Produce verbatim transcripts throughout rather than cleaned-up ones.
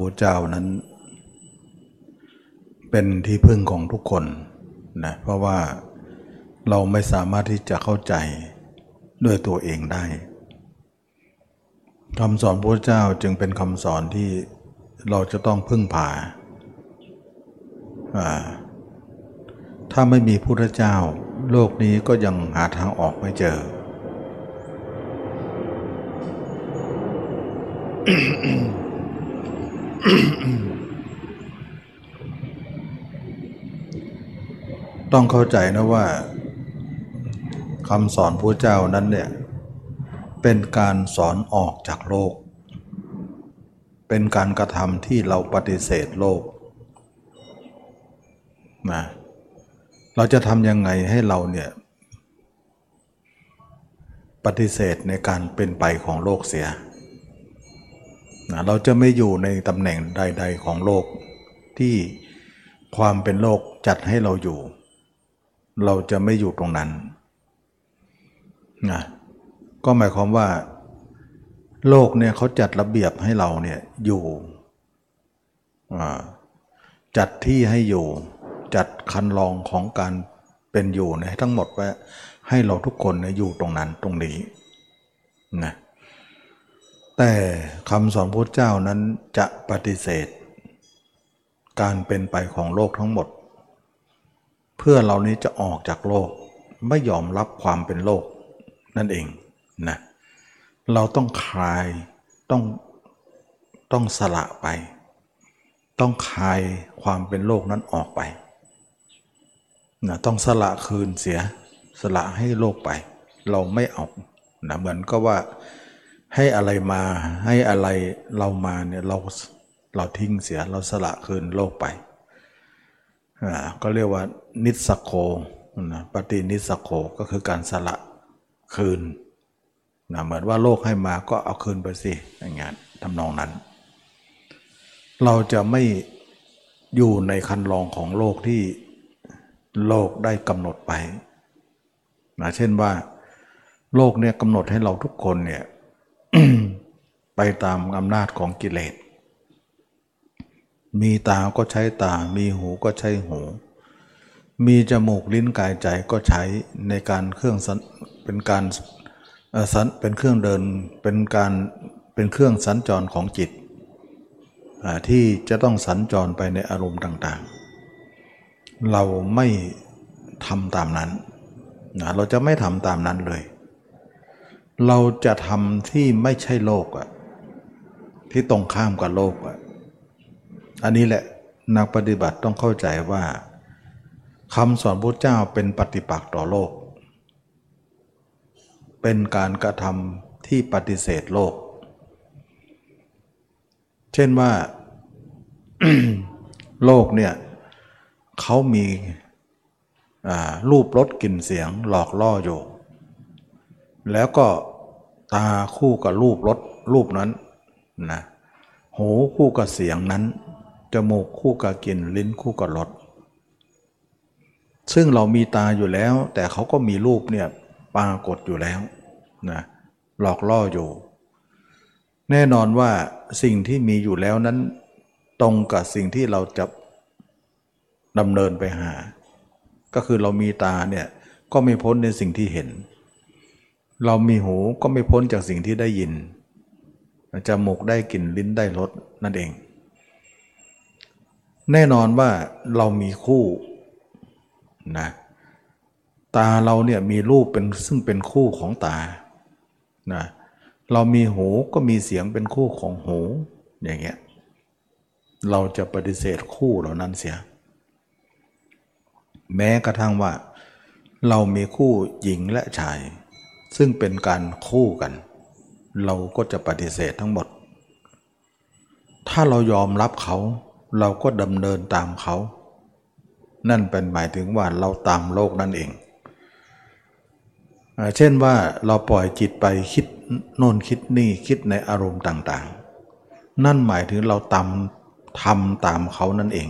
พุทธเจ้านั้นเป็นที่พึ่งของทุกคนนะเพราะว่าเราไม่สามารถที่จะเข้าใจด้วยตัวเองได้คำสอนพระพุทธเจ้าจึงเป็นคำสอนที่เราจะต้องพึ่งพาถ้าไม่มีพระพุทธเจ้าโลกนี้ก็ยังหาทางออกไม่เจอ ต้องเข้าใจนะว่าคำสอนพระเจ้านั้นเนี่ยเป็นการสอนออกจากโลกเป็นการกระทำที่เราปฏิเสธโลกนะเราจะทำยังไงให้เราเนี่ยปฏิเสธในการเป็นไปของโลกเสียนะเราจะไม่อยู่ในตำแหน่งใดๆของโลกที่ความเป็นโลกจัดให้เราอยู่เราจะไม่อยู่ตรงนั้นนะก็หมายความว่าโลกเนี่ยเขาจัดระเบียบให้เราเนี่ยอยู่จัดที่ให้อยู่จัดคันลองของการเป็นอยู่เนี่ยทั้งหมดไว้ให้เราทุกคนเนี่ยอยู่ตรงนั้นตรงนี้นะแต่คำสอนพระเจ้านั้นจะปฏิเสธการเป็นไปของโลกทั้งหมดเพื่อเรานี้จะออกจากโลกไม่ยอมรับความเป็นโลกนั่นเองนะเราต้องคลายต้องต้องสละไปต้องคลายความเป็นโลกนั้นออกไปนะต้องสละคืนเสียสละให้โลกไปเราไม่เอานะเหมือนก็ว่าให้อะไรมาให้อะไรเรามาเนี่ยเราเราทิ้งเสียเราสละคืนโลกไปอ่าก็เรียกว่านิสสโคนะปฏินิสสโคก็คือการสละคืนนะเหมือนว่าโลกให้มาก็เอาคืนไปสิอย่างเงี้ยทำนองนั้นเราจะไม่อยู่ในคันลองของโลกที่โลกได้กำหนดไปนะเช่นว่าโลกเนี่ยกำหนดให้เราทุกคนเนี่ย ไปตามอำนาจของกิเลสมีตาก็ใช้ตามีหูก็ใช้หูมีจมูกลิ้นกายใจก็ใช้ในการเครื่องเป็นการสันเป็นเครื่องเดินเป็นการเป็นเครื่องสัญจรของจิตที่จะต้องสัญจรไปในอารมณ์ต่างๆเราไม่ทำตามนั้นนะเราจะไม่ทำตามนั้นเลยเราจะทำที่ไม่ใช่โลกอะที่ตรงข้ามกับโลกอะอันนี้แหละนักปฏิบัติต้องเข้าใจว่าคำสอนพระเจ้าเป็นปฏิปักษ์ต่อโลกเป็นการกระทำที่ปฏิเสธโลกเช่นว่า โลกเนี่ยเขามีรูปรสกลิ่นเสียงหลอกล่ออยู่แล้วก็ตาคู่กับรูปรสรูปนั้นนะหูคู่กับเสียงนั้นจมูกคู่กับกลิ่นลิ้นคู่กับรสซึ่งเรามีตาอยู่แล้วแต่เขาก็มีรูปเนี่ยปรากฏอยู่แล้วนะหลอกล่ออยู่แน่นอนว่าสิ่งที่มีอยู่แล้วนั้นตรงกับสิ่งที่เราจะดำเนินไปหาก็คือเรามีตาเนี่ยก็ไม่พ้นในสิ่งที่เห็นเรามีหูก็ไม่พ้นจากสิ่งที่ได้ยินจมูกได้กลิ่นลิ้นได้รสนั่นเองแน่นอนว่าเรามีคู่นะตาเราเนี่ยมีรูปเป็นซึ่งเป็นคู่ของตานะเรามีหูก็มีเสียงเป็นคู่ของหูอย่างเงี้ยเราจะปฏิเสธคู่เหล่านั้นเสียแม้กระทั่งว่าเรามีคู่หญิงและชายซึ่งเป็นการคู่กันเราก็จะปฏิเสธทั้งหมดถ้าเรายอมรับเขาเราก็ดำเนินตามเขานั่นเป็นหมายถึงว่าเราตามโลกนั่นเองเช่นว่าเราปล่อยจิตไปคิดโน่นคิดนี่คิดในอารมณ์ต่างๆนั่นหมายถึงเราตามทำตามเขานั่นเอง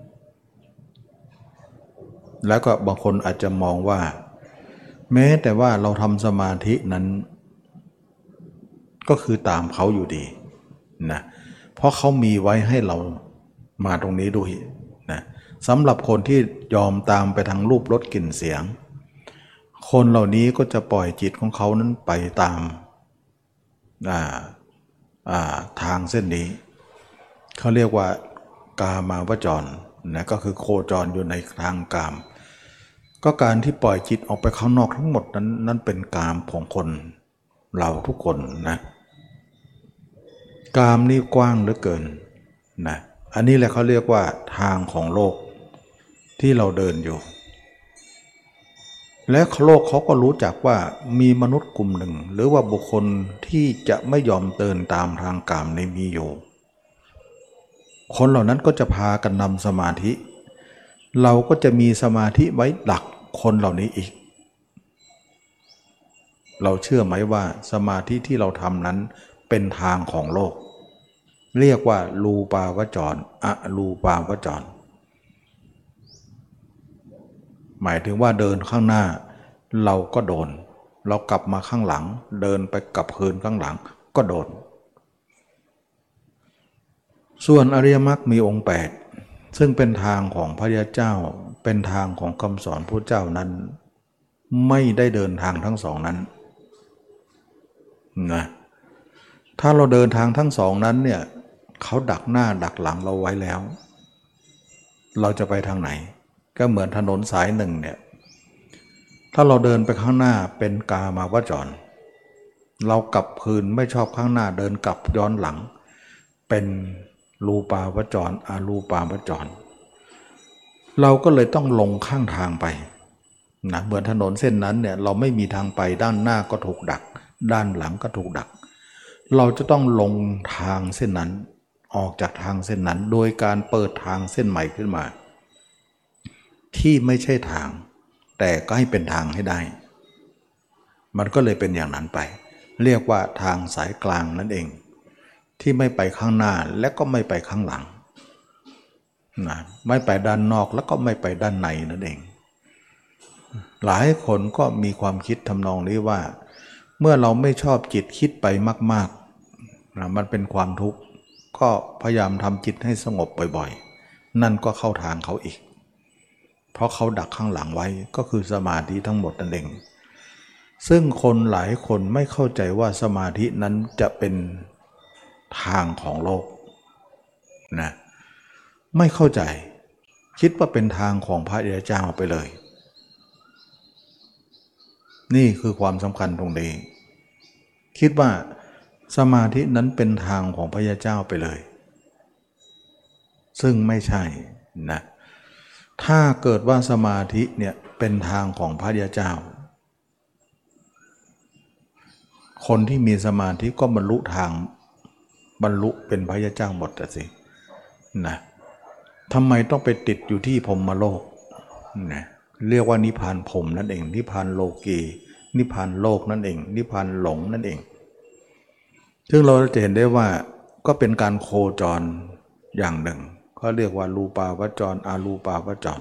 แล้วก็บางคนอาจจะมองว่าแม้แต่ว่าเราทำสมาธินั้นก็คือตามเขาอยู่ดีนะเพราะเขามีไว้ให้เรามาตรงนี้ด้วยนะสำหรับคนที่ยอมตามไปทางรูปรสกลิ่นเสียงคนเหล่านี้ก็จะปล่อยจิตของเขานั้นไปตามอ่าอ่าทางเส้นนี้เขาเรียกว่ากามาวจรนะก็คือโคจรอยู่ในทางกามก็การที่ปล่อยจิตออกไปข้างนอกทั้งหมดนั้นนั่นเป็นกามของคนเราทุกคนนะกามนี่กว้างเหลือเกินนะอันนี้แหละเขาเรียกว่าทางของโลกที่เราเดินอยู่และโลกเขาก็รู้จักว่ามีมนุษย์กลุ่มหนึ่งหรือว่าบุคคลที่จะไม่ยอมเดินตามทางกามในมีอยู่คนเหล่านั้นก็จะพากันนำสมาธิเราก็จะมีสมาธิไว้ดักคนเหล่านี้อีกเราเชื่อไหมว่าสมาธิที่เราทำนั้นเป็นทางของโลกเรียกว่ารูปาวจรอรูปาวจรหมายถึงว่าเดินข้างหน้าเราก็โดนเรากลับมาข้างหลังเดินไปกลับคืนข้างหลังก็โดนส่วนอริยมรรคมีองค์แปดซึ่งเป็นทางของพระยาเจ้าเป็นทางของคำสอนพระเจ้านั้นไม่ได้เดินทางทั้งสองนั้นนะถ้าเราเดินทางทั้งสองนั้นเนี่ยเขาดักหน้าดักหลังเราไว้แล้วเราจะไปทางไหนก็เหมือนถนนสายหนึ่งเนี่ยถ้าเราเดินไปข้างหน้าเป็นกามาวจรเรากลับคืนไม่ชอบข้างหน้าเดินกลับย้อนหลังเป็นรูปาวจรอรูปาวจรเราก็เลยต้องลงข้างทางไปนะเหมือนถนนเส้นนั้นเนี่ยเราไม่มีทางไปด้านหน้าก็ถูกดักด้านหลังก็ถูกดักเราจะต้องลงทางเส้นนั้นออกจากทางเส้นนั้นโดยการเปิดทางเส้นใหม่ขึ้นมาที่ไม่ใช่ทางแต่ก็ให้เป็นทางให้ได้มันก็เลยเป็นอย่างนั้นไปเรียกว่าทางสายกลางนั่นเองที่ไม่ไปข้างหน้าและก็ไม่ไปข้างหลังนะไม่ไปด้านนอกแล้วก็ไม่ไปด้านในนั่นเองหลายคนก็มีความคิดทำนองนี้ว่าเมื่อเราไม่ชอบจิตคิดไปมากๆนะมันเป็นความทุกข์ก็พยายามทำจิตให้สงบบ่อยๆนั่นก็เข้าทางเขาอีกเพราะเขาดักข้างหลังไว้ก็คือสมาธิทั้งหมดนั่นเองซึ่งคนหลายคนไม่เข้าใจว่าสมาธินั้นจะเป็นทางของโลกนะไม่เข้าใจคิดว่าเป็นทางของพระอริยเจ้าไปเลยนี่คือความสำคัญตรงนี้คิดว่าสมาธินั้นเป็นทางของพระอริยเจ้าไปเลยซึ่งไม่ใช่นะถ้าเกิดว่าสมาธิเนี่ยเป็นทางของพระอริยเจ้าคนที่มีสมาธิก็บรรลุทางบรรลุเป็นพระอริยเจ้าหมดสินะทำไมต้องไปติดอยู่ที่พรหมโลกนะเรียกว่านิพพานพรหมนั่นเองนิพพานโลกีนิพพานโลกนั่นเองนิพพานหลงนั่นเองซึ่งเราจะเห็นได้ว่าก็เป็นการโคจรอย่างหนึ่งเขาเรียกว่ารูปาวจรอรูปาวจร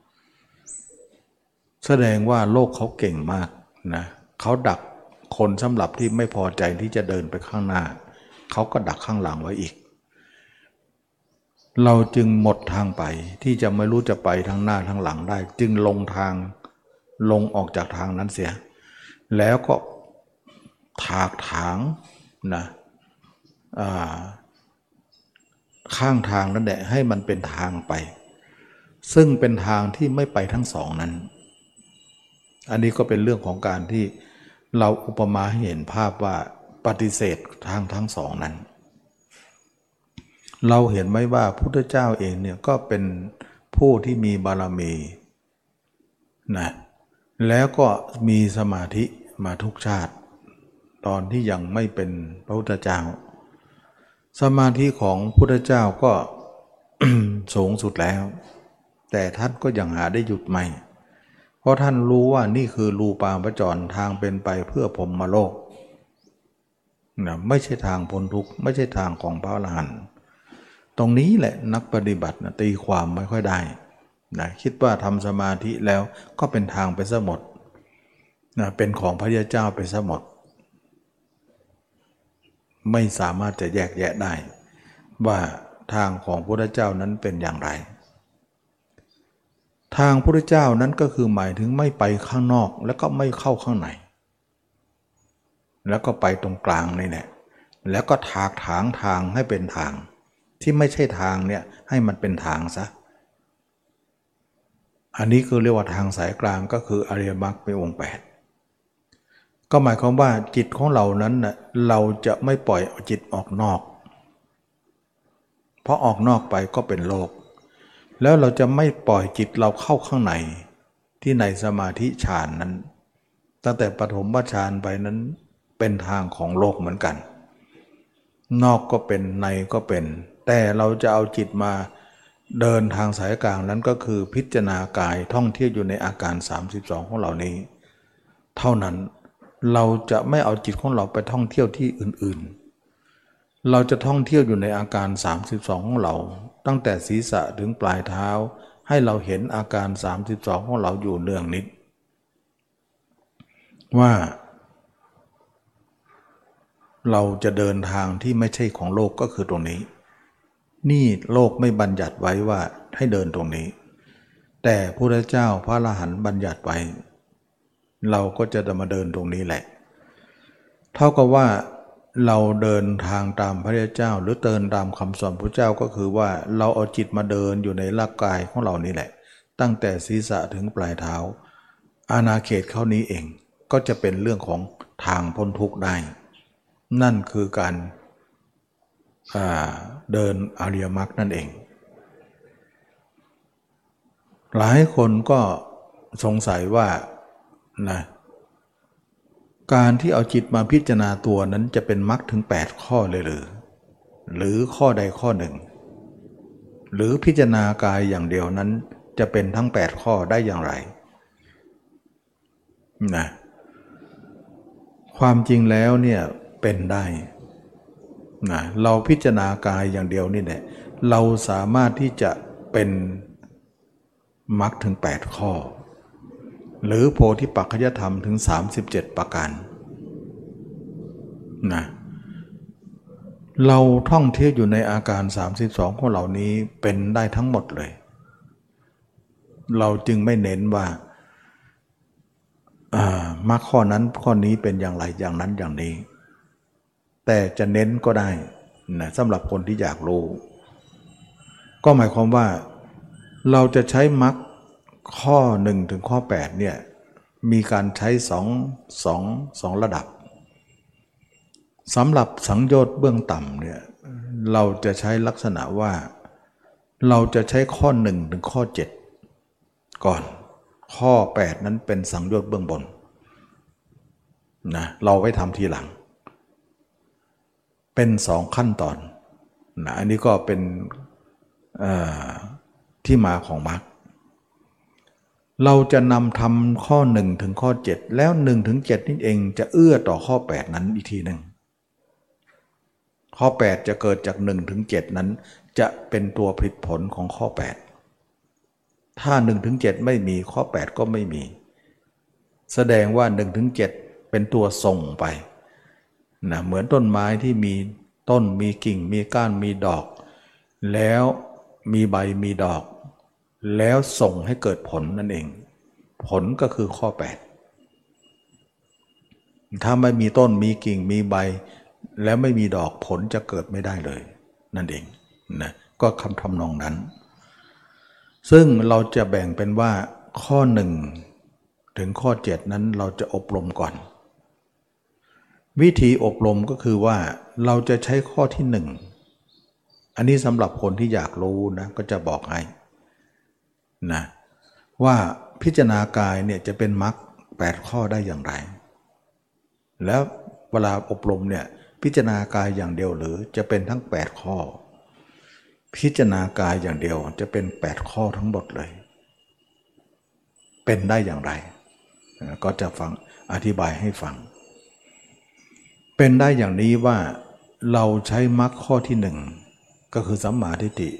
แสดงว่าโลกเขาเก่งมากนะเขาดักคนสำหรับที่ไม่พอใจที่จะเดินไปข้างหน้าเขาก็ดักข้างหลังไว้อีกเราจึงหมดทางไปที่จะไม่รู้จะไปทางหน้าทางหลังได้จึงลงทางลงออกจากทางนั้นเสียแล้วก็ถากถางนะข้างทางนั่นแหละให้มันเป็นทางไปซึ่งเป็นทางที่ไม่ไปทั้งสองนั้นอันนี้ก็เป็นเรื่องของการที่เราอุปมาให้เห็นภาพว่าปฏิเสธทางทั้งสองนั้นเราเห็นไหมว่าพุทธเจ้าเองเนี่ยก็เป็นผู้ที่มีบารมีนะแล้วก็มีสมาธิมาทุกชาติตอนที่ยังไม่เป็นพระพุทธเจ้าสมาธิของพุทธเจ้าก็ สูงสุดแล้วแต่ท่านก็ยังหาได้หยุดไม่เพราะท่านรู้ว่านี่คือรูปาวจรทางเป็นไปเพื่อพรหมโลกนะไม่ใช่ทางพ้นทุกข์ไม่ใช่ทางของพระอรหันต์ตรงนี้แหละนักปฏิบัตินะตีความไม่ค่อยได้นะคิดว่าทำสมาธิแล้วก็เป็นทางไปซะหมดนะเป็นของพระยาเจ้าไปซะหมดไม่สามารถจะแยกแยะได้ว่าทางของพระพุทธเจ้านั้นเป็นอย่างไรทางพระพุทธเจ้านั้นก็คือหมายถึงไม่ไปข้างนอกแล้วก็ไม่เข้าข้างในแล้วก็ไปตรงกลางนี่แหละแล้วก็ถากถางทางให้เป็นทางที่ไม่ใช่ทางเนี่ยให้มันเป็นทางซะอันนี้คือเรียกว่าทางสายกลางก็คืออริยมรรคเป็นองค์แปดก็หมายความว่าจิตของเรานั้นน่ะเราจะไม่ปล่อยเอาจิตออกนอกเพราะออกนอกไปก็เป็นโลกแล้วเราจะไม่ปล่อยจิตเราเข้าข้างในที่ในสมาธิฌานนั้นตั้งแต่ปฐมฌานไปนั้นเป็นทางของโลกเหมือนกันนอกก็เป็นในก็เป็นแต่เราจะเอาจิตมาเดินทางสายกลางนั้นก็คือพิจารณากายท่องเที่ยวอยู่ในอาการสามสิบสองของเรานี้เท่านั้นเราจะไม่เอาจิตของเราไปท่องเที่ยวที่อื่นๆเราจะท่องเที่ยวอยู่ในอาการสามสิบสองของเราตั้งแต่ศีรษะถึงปลายเท้าให้เราเห็นอาการสามสิบสองของเราอยู่เนืองนิดว่าเราจะเดินทางที่ไม่ใช่ของโลกก็คือตรงนี้นี่โลกไม่บัญญัติไว้ว่าให้เดินตรงนี้แต่พระพุทธเจ้าพระอรหันต์บัญญัติไว้เราก็จะมาเดินตรงนี้แหละเท่ากับว่าเราเดินทางตามพระพุทธเจ้าหรือเดินตามคำสอนพระเจ้าก็คือว่าเราเอาจิตมาเดินอยู่ในร่างกายของเรานี่แหละตั้งแต่ศีรษะถึงปลายเท้าอาณาเขตเขานี้เองก็จะเป็นเรื่องของทางพ้นทุกข์ได้นั่นคือการเดินอริยมรรคนั่นเองหลายคนก็สงสัยว่านะการที่เอาจิตมาพิจารณาตัวนั้นจะเป็นมรรคถึงแปดข้อเลยหรือหรือข้อใดข้อหนึ่งหรือพิจารณากายอย่างเดียวนั้นจะเป็นทั้งแปดข้อได้อย่างไรนะความจริงแล้วเนี่ยเป็นได้นะเราพิจารณากายอย่างเดียวนี่แหละเราสามารถที่จะเป็นมรรคถึงแปดข้อหรือโพธิปัจจยธรรมถึงสามสิบเจ็ดประการนะเราท่องเที่ยวอยู่ในอาการสามสิบสองของเหล่านี้เป็นได้ทั้งหมดเลยเราจึงไม่เน้นว่ามรรคข้อนั้นข้อนี้เป็นอย่างไรอย่างนั้นอย่างนี้แต่จะเน้นก็ได้นะสำหรับคนที่อยากรู้ก็หมายความว่าเราจะใช้มรรคข้อหนึ่งถึงข้อแปดเนี่ยมีการใช้สองสองสองระดับสำหรับสังโยชน์เบื้องต่ำเนี่ยเราจะใช้ลักษณะว่าเราจะใช้ข้อหนึ่งถึงข้อเจ็ดก่อนข้อแปดนั้นเป็นสังโยชน์เบื้องบนนะเราไว้ทำทีหลังเป็นสองขั้นตอนนะอันนี้ก็เป็นที่มาของมรรคเราจะนำทำข้อหนึ่งถึงข้อเจ็ดแล้วหนึ่งถึงเจ็ดนี่เองจะเอื้อต่อข้อแปดนั้นอีกทีหนึ่งข้อแปดจะเกิดจากหนึ่งถึงเจ็ดนั้นจะเป็นตัวผลผลของข้อแปดถ้าหนึ่งถึงเจ็ดไม่มีข้อแปดก็ไม่มีแสดงว่าหนึ่งถึงเจ็ดเป็นตัวส่งไปนะเหมือนต้นไม้ที่มีต้นมีกิ่งมีก้านมีดอกแล้วมีใบมีดอกแล้วส่งให้เกิดผลนั่นเองผลก็คือข้อแปดถ้าไม่มีต้นมีกิ่งมีใบแล้วไม่มีดอกผลจะเกิดไม่ได้เลยนั่นเองนะก็คำทำนองนั้นซึ่งเราจะแบ่งเป็นว่าข้อหนึ่งถึงข้อเจ็ดนั้นเราจะอบรมก่อนวิธีอบรมก็คือว่าเราจะใช้ข้อที่หนึ่งอันนี้สำหรับคนที่อยากรู้นะก็จะบอกให้นะว่าพิจารณากายเนี่ยจะเป็นมรรคแปดข้อได้อย่างไรแล้วเวลาอบรมเนี่ยพิจารณากายอย่างเดียวหรือจะเป็นทั้งแปดข้อพิจารณากายอย่างเดียวจะเป็นแปดข้อทั้งหมดเลยเป็นได้อย่างไรก็จะฟังอธิบายให้ฟังเป็นได้อย่างนี้ว่าเราใช้มรรคข้อที่หนึ่งก็คือสัมมาทิฏฐิ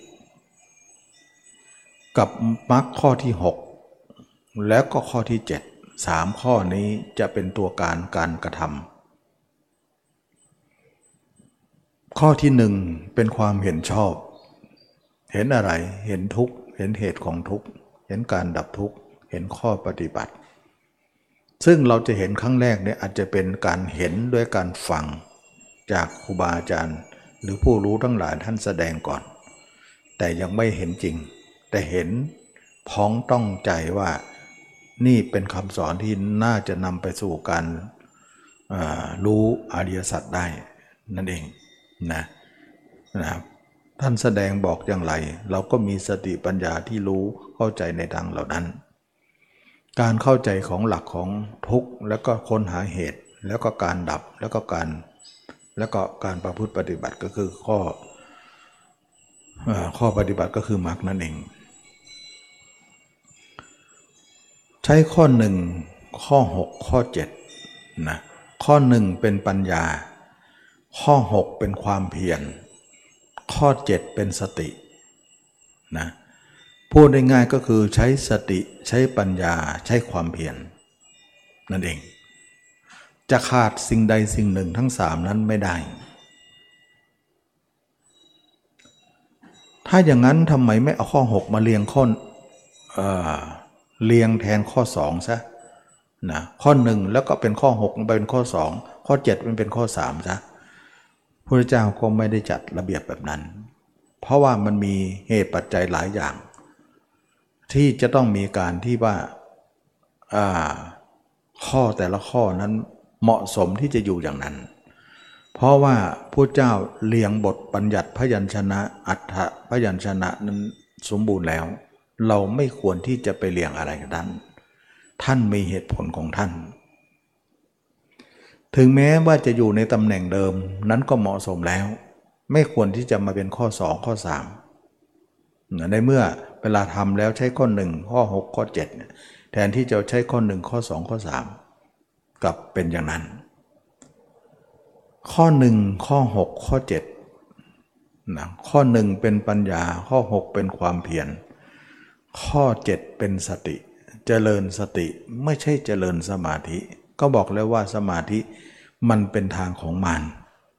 กับมรรคข้อที่หกแล้วก็ข้อที่เจ็ดสามข้อนี้จะเป็นตัวการการกระทข้อที่หนึ่งเป็นความเห็นชอบเห็นอะไรเห็นทุกข์เห็นเหตุของทุกข์เห็นการดับทุกข์เห็นข้อปฏิบัติซึ่งเราจะเห็นครั้งแรกเนี่ยอาจจะเป็นการเห็นด้วยการฟังจากครูบาอาจารย์หรือผู้รู้ทั้งหลายท่านแสดงก่อนแต่ยังไม่เห็นจริงแต่เห็นพ้องต้องใจว่านี่เป็นคำสอนที่น่าจะนำไปสู่การรู้อริยสัจได้นั่นเองนะนะครับท่านแสดงบอกอย่างไรเราก็มีสติปัญญาที่รู้เข้าใจในทางเหล่านั้นการเข้าใจของหลักของทุกข์แล้วก็ค้นหาเหตุแล้วก็การดับแล้วก็การแล้วก็การประพฤติปฏิบัติก็คือข้อข้อปฏิบัติก็คือมรรคนั่นเองใช้ข้อหนึ่งข้อหกข้อเจ็ดนะข้อหนึ่งเป็นปัญญาข้อหกเป็นความเพียรข้อเจ็ดเป็นสตินะพูดได้ง่ายก็คือใช้สติใช้ปัญญาใช้ความเพียรนั่นเองจะขาดสิ่งใดสิ่งหนึ่งทั้งสามนั้นไม่ได้ถ้าอย่างนั้นทำไมไม่เอาข้อหกมาเรียงข้อเอ่อเรียงแทนข้อสองซะนะข้อหนึ่งแล้วก็เป็นข้อหกเป็นข้อสองข้อเจ็ดมันเป็นข้อสามซะพระเจ้าก็ไม่ได้จัดระเบียบแบบนั้นเพราะว่ามันมีเหตุปัจจัยหลายอย่างที่จะต้องมีการที่ว่าข้อแต่ละข้อนั้นเหมาะสมที่จะอยู่อย่างนั้นเพราะว่าพระเจ้าเรียงบทบัญญัติพยัญชนะอัฏฐพยัญชนะนั้นสมบูรณ์แล้วเราไม่ควรที่จะไปเรียงอะไรกันท่านท่านมีเหตุผลของท่านถึงแม้ว่าจะอยู่ในตำแหน่งเดิมนั้นก็เหมาะสมแล้วไม่ควรที่จะมาเป็นข้อสองข้อสามในเมื่อเวลาทำแล้วใช้ข้อหนึ่งข้อหกข้อเจ็ดแทนที่จะใช้ข้อหนึ่งข้อสองข้อสามกลับเป็นอย่างนั้นข้อหนึ่งข้อหกข้อเจ็ดนะข้อหนึ่งเป็นปัญญาข้อหกเป็นความเพียรข้อเจ็ดเป็นสติเจริญสติไม่ใช่เจริญสมาธิก็บอกแล้วว่าสมาธิมันเป็นทางของมาร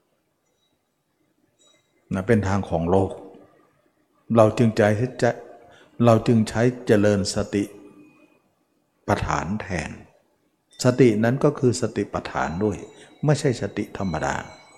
นะเป็นทางของโลกเราจึงใจจะเราจึงใช้เจริญสติปัฏฐานแทนสตินั้นก็คือสติปัฏฐานด้วยไม่ใช่สติธรรมดา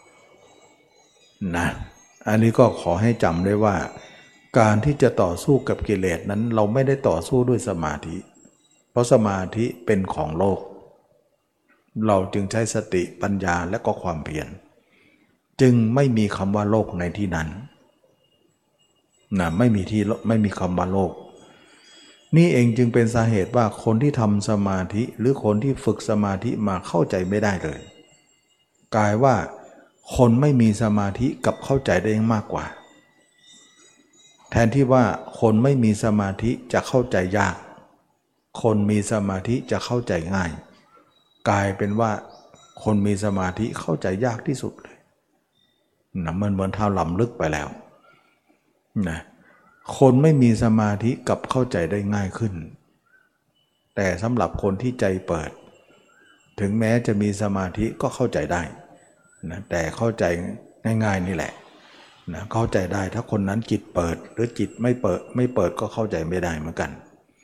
นะอันนี้ก็ขอให้จำได้ว่าการที่จะต่อสู้กับกิเลสนั้นเราไม่ได้ต่อสู้ด้วยสมาธิเพราะสมาธิเป็นของโลกเราจึงใช้สติปัญญาและก็ความเพียรจึงไม่มีคำว่าโลกในที่นั้นนะไม่มีที่ไม่มีคำว่าโลกนี่เองจึงเป็นสาเหตุว่าคนที่ทำสมาธิหรือคนที่ฝึกสมาธิมาเข้าใจไม่ได้เลยกลายว่าคนไม่มีสมาธิกับเข้าใจได้มากกว่าแทนที่ว่าคนไม่มีสมาธิจะเข้าใจยากคนมีสมาธิจะเข้าใจง่ายกลายเป็นว่าคนมีสมาธิเข้าใจยากที่สุดเลยนะมันเหมือนเท้าล้ำลึกไปแล้วนะคนไม่มีสมาธิกับเข้าใจได้ง่ายขึ้นแต่สำหรับคนที่ใจเปิดถึงแม้จะมีสมาธิก็เข้าใจได้นะแต่เข้าใจง่ายๆนี่แหละนะเข้าใจได้ถ้าคนนั้นจิตเปิดหรือจิตไม่เปิดไม่เปิดก็เข้าใจไม่ได้เหมือนกัน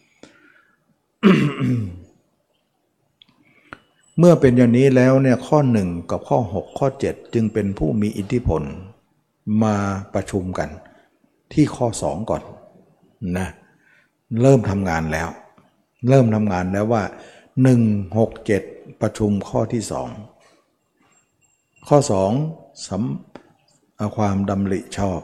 เมื่อเป็นอย่างนี้แล้วเนี่ยข้อหนึ่งกับข้อหกข้อเจ็ดจึงเป็นผู้มีอิทธิพลมาประชุมกันที่ข้อสองก่อนนะเริ่มทำงานแล้วเริ่มทำงานแล้วว่าหนึ่ง หก เจ็ดประชุมข้อที่สองข้อสองสัมความดำริชอบ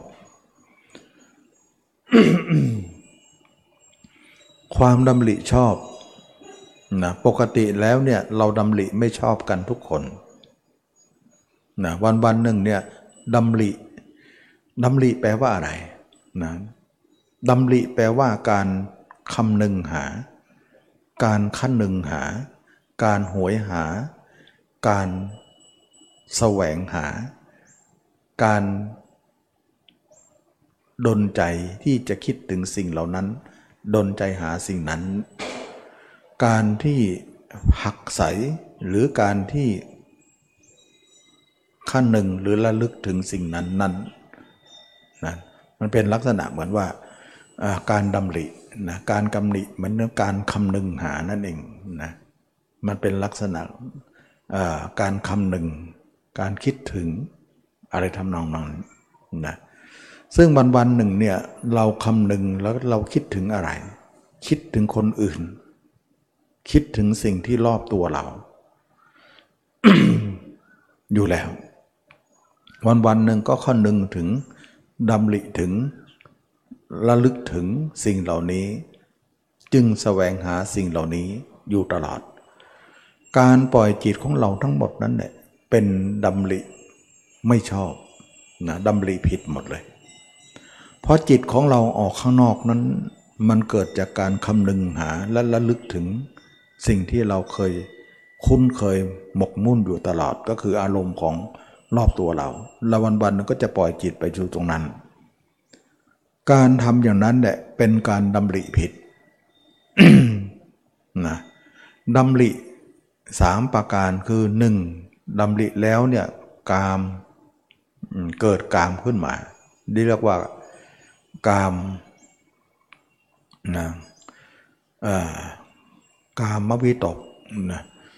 ความดำริชอบนะปกติแล้วเนี่ยเราดำริไม่ชอบกันทุกคนนะวันวันหนึ่งเนี่ยดำริดำริแปลว่าอะไรนะดำริแปลว่าการคำนึงหาการคั้นนึงหาการหวยหาการแสวงหาการดลใจที่จะคิดถึงสิ่งเหล่านั้นดลใจหาสิ่งนั้นการที่หักใสหรือการที่ขั้นหนึ่งหรือระลึกถึงสิ่งนั้นนั้นนะมันเป็นลักษณะเหมือนว่าการดำรินะการกำหนิเหมือนการคำนึงหานั่นเองนะมันเป็นลักษณะการคำนึงการคิดถึงอะไรทำนองนั้นนะซึ่งวันวันหนึ่งเนี่ยเราคำนึงแล้วเราคิดถึงอะไรคิดถึงคนอื่นคิดถึงสิ่งที่รอบตัวเรา อยู่แล้ววันวันหนึ่งก็ข้อนึงถึงดำริถึงระลึกถึงสิ่งเหล่านี้จึงแสวงหาสิ่งเหล่านี้อยู่ตลอดการปล่อยจิตของเราทั้งหมดนั้นเนี่ยเป็นดำริไม่ชอบนะดำริผิดหมดเลยเพราะจิตของเราออกข้างนอกนั้นมันเกิดจากการคำนึงหาและระลึกถึงสิ่งที่เราเคยคุ้นเคยหมกมุ่นอยู่ตลอดก็คืออารมณ์ของรอบตัวเราแล้ววันๆก็จะปล่อยจิตไปอยู่ตรงนั้นการทำอย่างนั้นแหละเป็นการดำริผิด นะดำริสามประการคือหนึ่งดำริแล้วเนี่ยกามเกิดกามขึ้นมาเรียกว่ากามนะกามวิตกนะ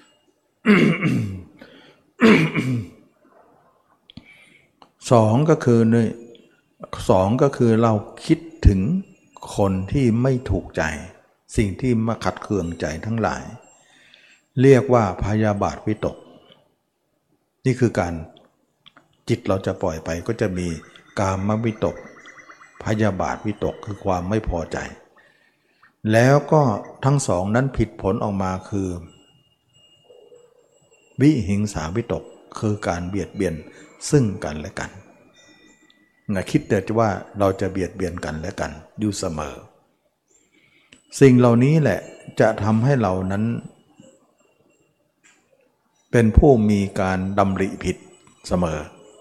สองก็คือนี่สองก็คือเราคิดถึงคนที่ไม่ถูกใจสิ่งที่มาขัดเคืองใจทั้งหลายเรียกว่าพยาบาทวิตกนี่คือการจิตเราจะปล่อยไปก็จะมีกามวิตกพยาบาทวิตกคือความไม่พอใจแล้วก็ทั้งสองนั้นผิดผลออกมาคือวิหิงสาวิตกคือการเบียดเบียนซึ่งกันและกันนะคิดแต่ว่าเราจะเบียดเบียนกันและกันอยู่เสมอสิ่งเหล่านี้แหละจะทำให้เรานั้นเป็นผู้มีการดำริผิดเสมอ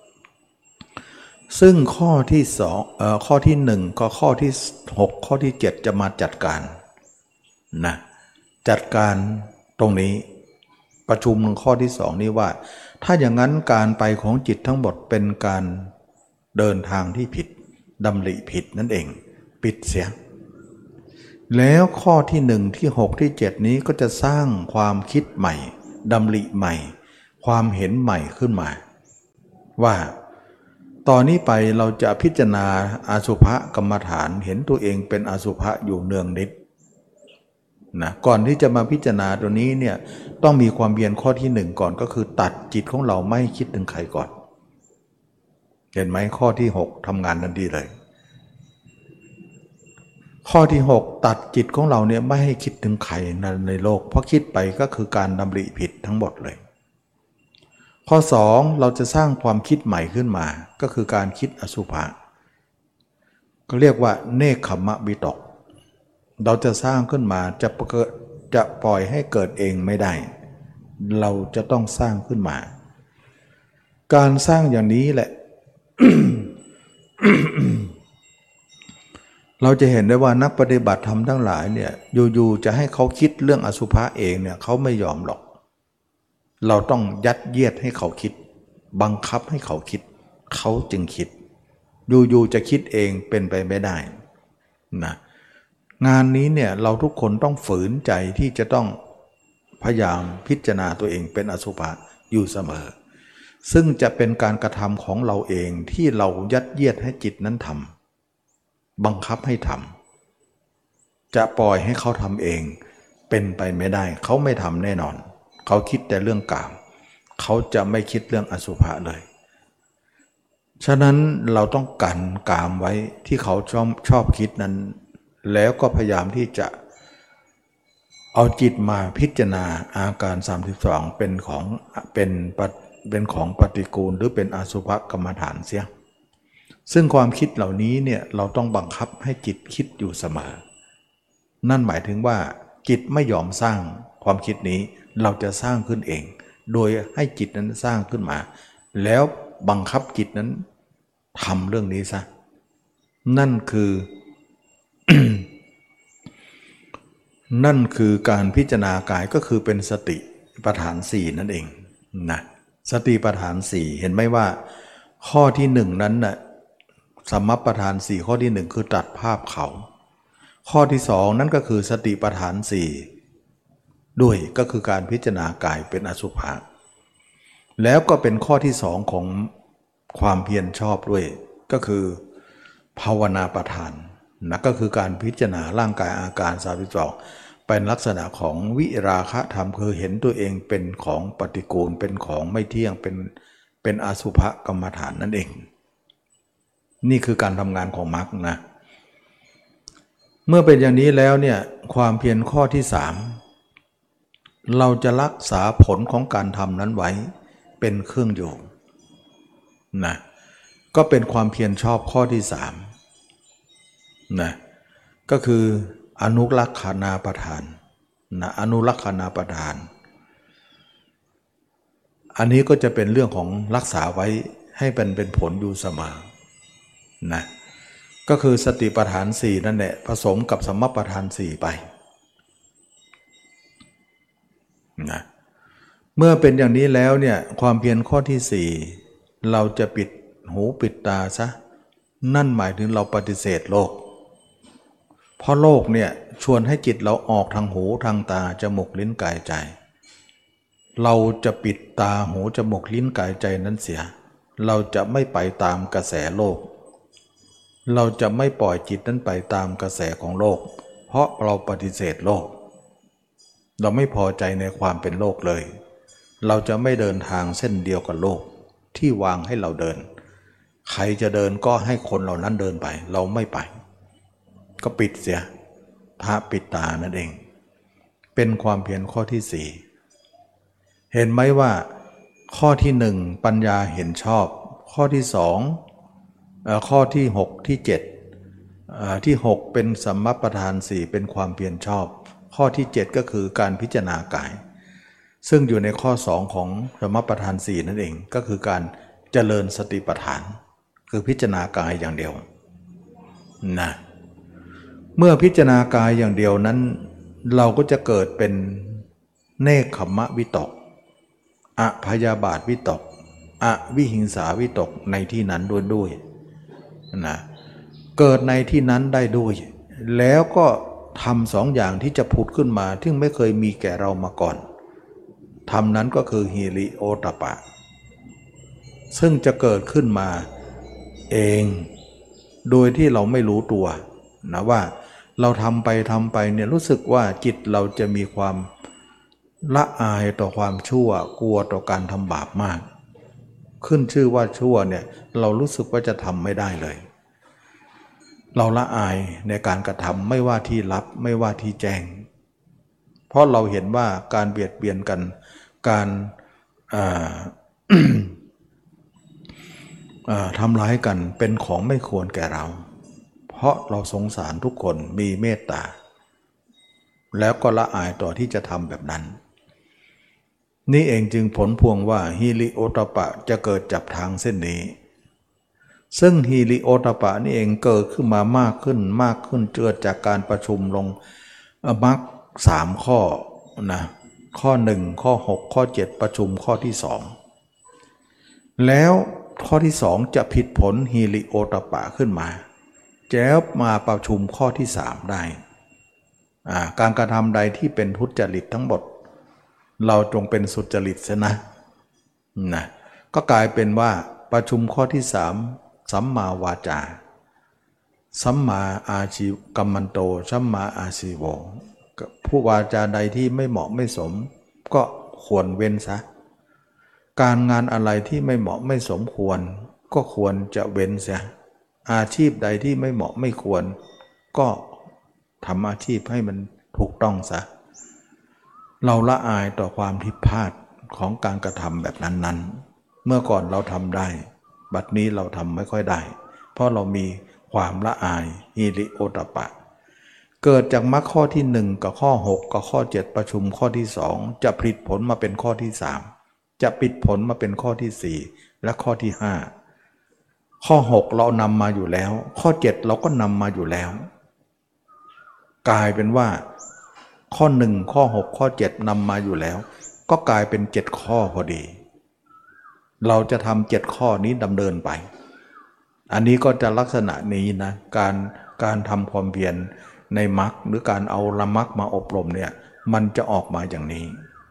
ซึ่งข้อที่สองเอ่อข้อที่หนึ่งก็ข้อที่หกข้อที่เจ็ดจะมาจัดการนะจัดการตรงนี้ประชุมข้อที่สองนี้ว่าถ้าอย่างนั้นการไปของจิตทั้งหมดเป็นการเดินทางที่ผิดดำริผิดนั่นเองปิดเสียแล้วข้อที่หนึ่งที่หกที่เจ็ดนี้ก็จะสร้างความคิดใหม่ดำริใหม่ความเห็นใหม่ขึ้นมาว่าตอนนี้ไปเราจะพิจารณาอสุภกรรมฐานเห็นตัวเองเป็นอสุภะอยู่เนืองนิดนะก่อนที่จะมาพิจารณาตัวนี้เนี่ยต้องมีความเพียรข้อที่หนึ่งก่อนก็คือตัดจิตของเราไม่คิดถึงใครก่อนเห็นไหมข้อที่หกทำงานนั้นดีเลยข้อที่หกตัดจิตของเราเนี่ยไม่ให้คิดถึงใครในโลกเพราะคิดไปก็คือการดำริผิดทั้งหมดเลยข้อสองเราจะสร้างความคิดใหม่ขึ้นมาก็คือการคิดอสุภะก็เรียกว่าเนคขมะวิตกเราจะสร้างขึ้นมาจะเกิดจะปล่อยให้เกิดเองไม่ได้เราจะต้องสร้างขึ้นมาการสร้างอย่างนี้แหละ เราจะเห็นได้ว่านักปฏิบัติธรรมทั้งหลายเนี่ยอยู่ๆจะให้เขาคิดเรื่องอสุภะเองเนี่ยเขาไม่ยอมหรอกเราต้องยัดเยียดให้เขาคิดบังคับให้เขาคิดเขาจึงคิดอยู่ๆจะคิดเองเป็นไปไม่ได้นะงานนี้เนี่ยเราทุกคนต้องฝืนใจที่จะต้องพยายามพิจารณาตัวเองเป็นอสุภะอยู่เสมอซึ่งจะเป็นการกระทำของเราเองที่เรายัดเยียดให้จิตนั้นทำบังคับให้ทำจะปล่อยให้เขาทำเองเป็นไปไม่ได้เขาไม่ทำแน่นอนเขาคิดแต่เรื่องกามเขาจะไม่คิดเรื่องอสุภะเลยฉะนั้นเราต้องกันกามไว้ที่เขาชอบชอบคิดนั้นแล้วก็พยายามที่จะเอาจิตมาพิจารณาอาการสามสิบสองเป็นของเป็นเป็นของปฏิกูลหรือเป็นอสุภกรรมฐานเสียซึ่งความคิดเหล่านี้เนี่ยเราต้องบังคับให้จิตคิดอยู่เสมอนั่นหมายถึงว่าจิตไม่ยอมสร้างความคิดนี้เราจะสร้างขึ้นเองโดยให้จิตนั้นสร้างขึ้นมาแล้วบังคับจิตนั้นทำเรื่องนี้ซะนั่นคือ นั่นคือการพิจารณากายก็คือเป็นสติปัฏฐานสี่นั่นเองนะสติปัฏฐานสี่เห็นไหมว่าข้อที่หนึ่งนั้นน่ะสัมมัปปทานสี่ข้อที่หนึ่งคือตัดภาพเขาข้อที่สองนั่นก็คือสติปัฏฐานสี่ด้วยก็คือการพิจารณากายเป็นอสุภะแล้วก็เป็นข้อที่สองของความเพียรชอบด้วยก็คือภาวนาประธานนะก็คือการพิจารณาร่างกายอาการสามสิบสองเป็นลักษณะของวิราคะธรรมคือเห็นตัวเองเป็นของปฏิกูลเป็นของไม่เที่ยงเป็นเป็นอสุภกรรมฐานนั่นเองนี่คือการทำงานของมรรคนะเมื่อเป็นอย่างนี้แล้วเนี่ยความเพียรข้อที่สามเราจะรักษาผลของการทำนั้นไว้เป็นเครื่องอยู่นะก็เป็นความเพียรชอบข้อที่สามนะก็คืออนุรักขานาประทานนะอนุรักขานาประทานอันนี้ก็จะเป็นเรื่องของรักษาไว้ให้เป็นเป็นผลอยู่เสมอนะก็คือสติปัฏฐานสี่นั่นแหละผสมกับสัมมาปัฏฐานสี่ไปนะเมื่อเป็นอย่างนี้แล้วเนี่ยความเพียรข้อที่สี่เราจะปิดหูปิดตาซะนั่นหมายถึงเราปฏิเสธโลกเพราะโลกเนี่ยชวนให้จิตเราออกทางหูทางตาจมูกลิ้นกายใจเราจะปิดตาหูจมูกลิ้นกายใจนั้นเสียเราจะไม่ไปตามกระแสโลกเราจะไม่ปล่อยจิตนั้นไปตามกระแสของโลกเพราะเราปฏิเสธโลกเราไม่พอใจในความเป็นโลกเลยเราจะไม่เดินทางเส้นเดียวกับโลกที่วางให้เราเดินใครจะเดินก็ให้คนเหล่านั้นเดินไปเราไม่ไปก็ปิดเสียพระปิดตานั่นเองเป็นความเพียรข้อที่สี่เห็นไหมว่าข้อที่หนึ่งปัญญาเห็นชอบข้อที่สองข้อที่หกที่เจ็ดที่หกเป็นสัมมัปปทานสี่เป็นความเพียรชอบข้อที่เจ็ดก็คือการพิจารณากายซึ่งอยู่ในข้อสองของสัมมัปปทานสี่นั่นเองก็คือการเจริญสติปัฏฐานคือพิจารณากายอย่างเดียวนะเมื่อพิจารณากายอย่างเดียวนั้นเราก็จะเกิดเป็นเนกขัมมะวิตกอพยาบาทวิตกอวิหิงสาวิตกในที่นั้นด้วยด้วยนะเกิดในที่นั้นได้ด้วยแล้วก็ทำสองอย่างที่จะผุดขึ้นมาที่ไม่เคยมีแก่เรามาก่อนทำนั้นก็คือฮิริโอตปะซึ่งจะเกิดขึ้นมาเองโดยที่เราไม่รู้ตัวนะว่าเราทำไปทำไปเนี่ยรู้สึกว่าจิตเราจะมีความละอายต่อความชั่วกลัวต่อการทำบาปมากขึ้นชื่อว่าชั่วเนี่ยเรารู้สึกว่าจะทำไม่ได้เลยเราละอายในการกระทำไม่ว่าที่ลับไม่ว่าที่แจ้งเพราะเราเห็นว่าการเบียดเบียนกันการ ทำร้ายกันเป็นของไม่ควรแก่เราเพราะเราสงสารทุกคนมีเมตตาแล้วก็ละอายต่อที่จะทำแบบนั้นนี่เองจึงผลพวงว่าฮิริโอตปะจะเกิดจับทางเส้นนี้ซึ่งฮิริโอตปะนี่เองเกิดขึ้นมามากขึ้นมากขึ้นเกิดจากการประชุมลงมรรคสามข้อนะข้อหนึ่งข้อหกข้อเจ็ดประชุมข้อที่สองแล้วข้อที่สองจะผิดผลฮิริโอตปะขึ้นมาแล้วมาประชุมข้อที่สามได้การกระทำใดที่เป็นทุจริตทั้งหมดเราจงเป็นสุจริตเสียนะนะก็กลายเป็นว่าประชุมข้อที่สามสัมมาวาจาสัมมาอาชีวกัมมันโตสัมมาอาชีโวผู้วาจาใดที่ไม่เหมาะไม่สมก็ควรเว้นซะการงานอะไรที่ไม่เหมาะไม่สมควรก็ควรจะเว้นเสียอาชีพใดที่ไม่เหมาะไม่ควรก็ทำอาชีพให้มันถูกต้องซะเราละอายต่อความผิดพลาดของการกระทำแบบนั้นๆเมื่อก่อนเราทำได้บัดนี้เราทำไม่ค่อยได้เพราะเรามีความละอายฮิริโอตปะเกิดจากมรรคข้อที่หนึ่งกับข้อหกกับข้อเจ็ดประชุมข้อที่สองจะผลิตผลมาเป็นข้อที่สามจะปิดผลมาเป็นข้อที่สี่และข้อที่ห้าข้อหกเรานำมาอยู่แล้วข้อเจ็ดเราก็นำมาอยู่แล้วกลายเป็นว่าข้อหนึ่งข้อหกข้อเจ็ดนำมาอยู่แล้วก็กลายเป็นเจ็ดข้อพอดีเราจะทำเจ็ดข้อนี้ดำเนินไปอันนี้ก็จะลักษณะนี้นะการการทำความเพียรในมรรคหรือการเอาละมรรคมาอบรมเนี่ยมันจะออกมาอย่างนี้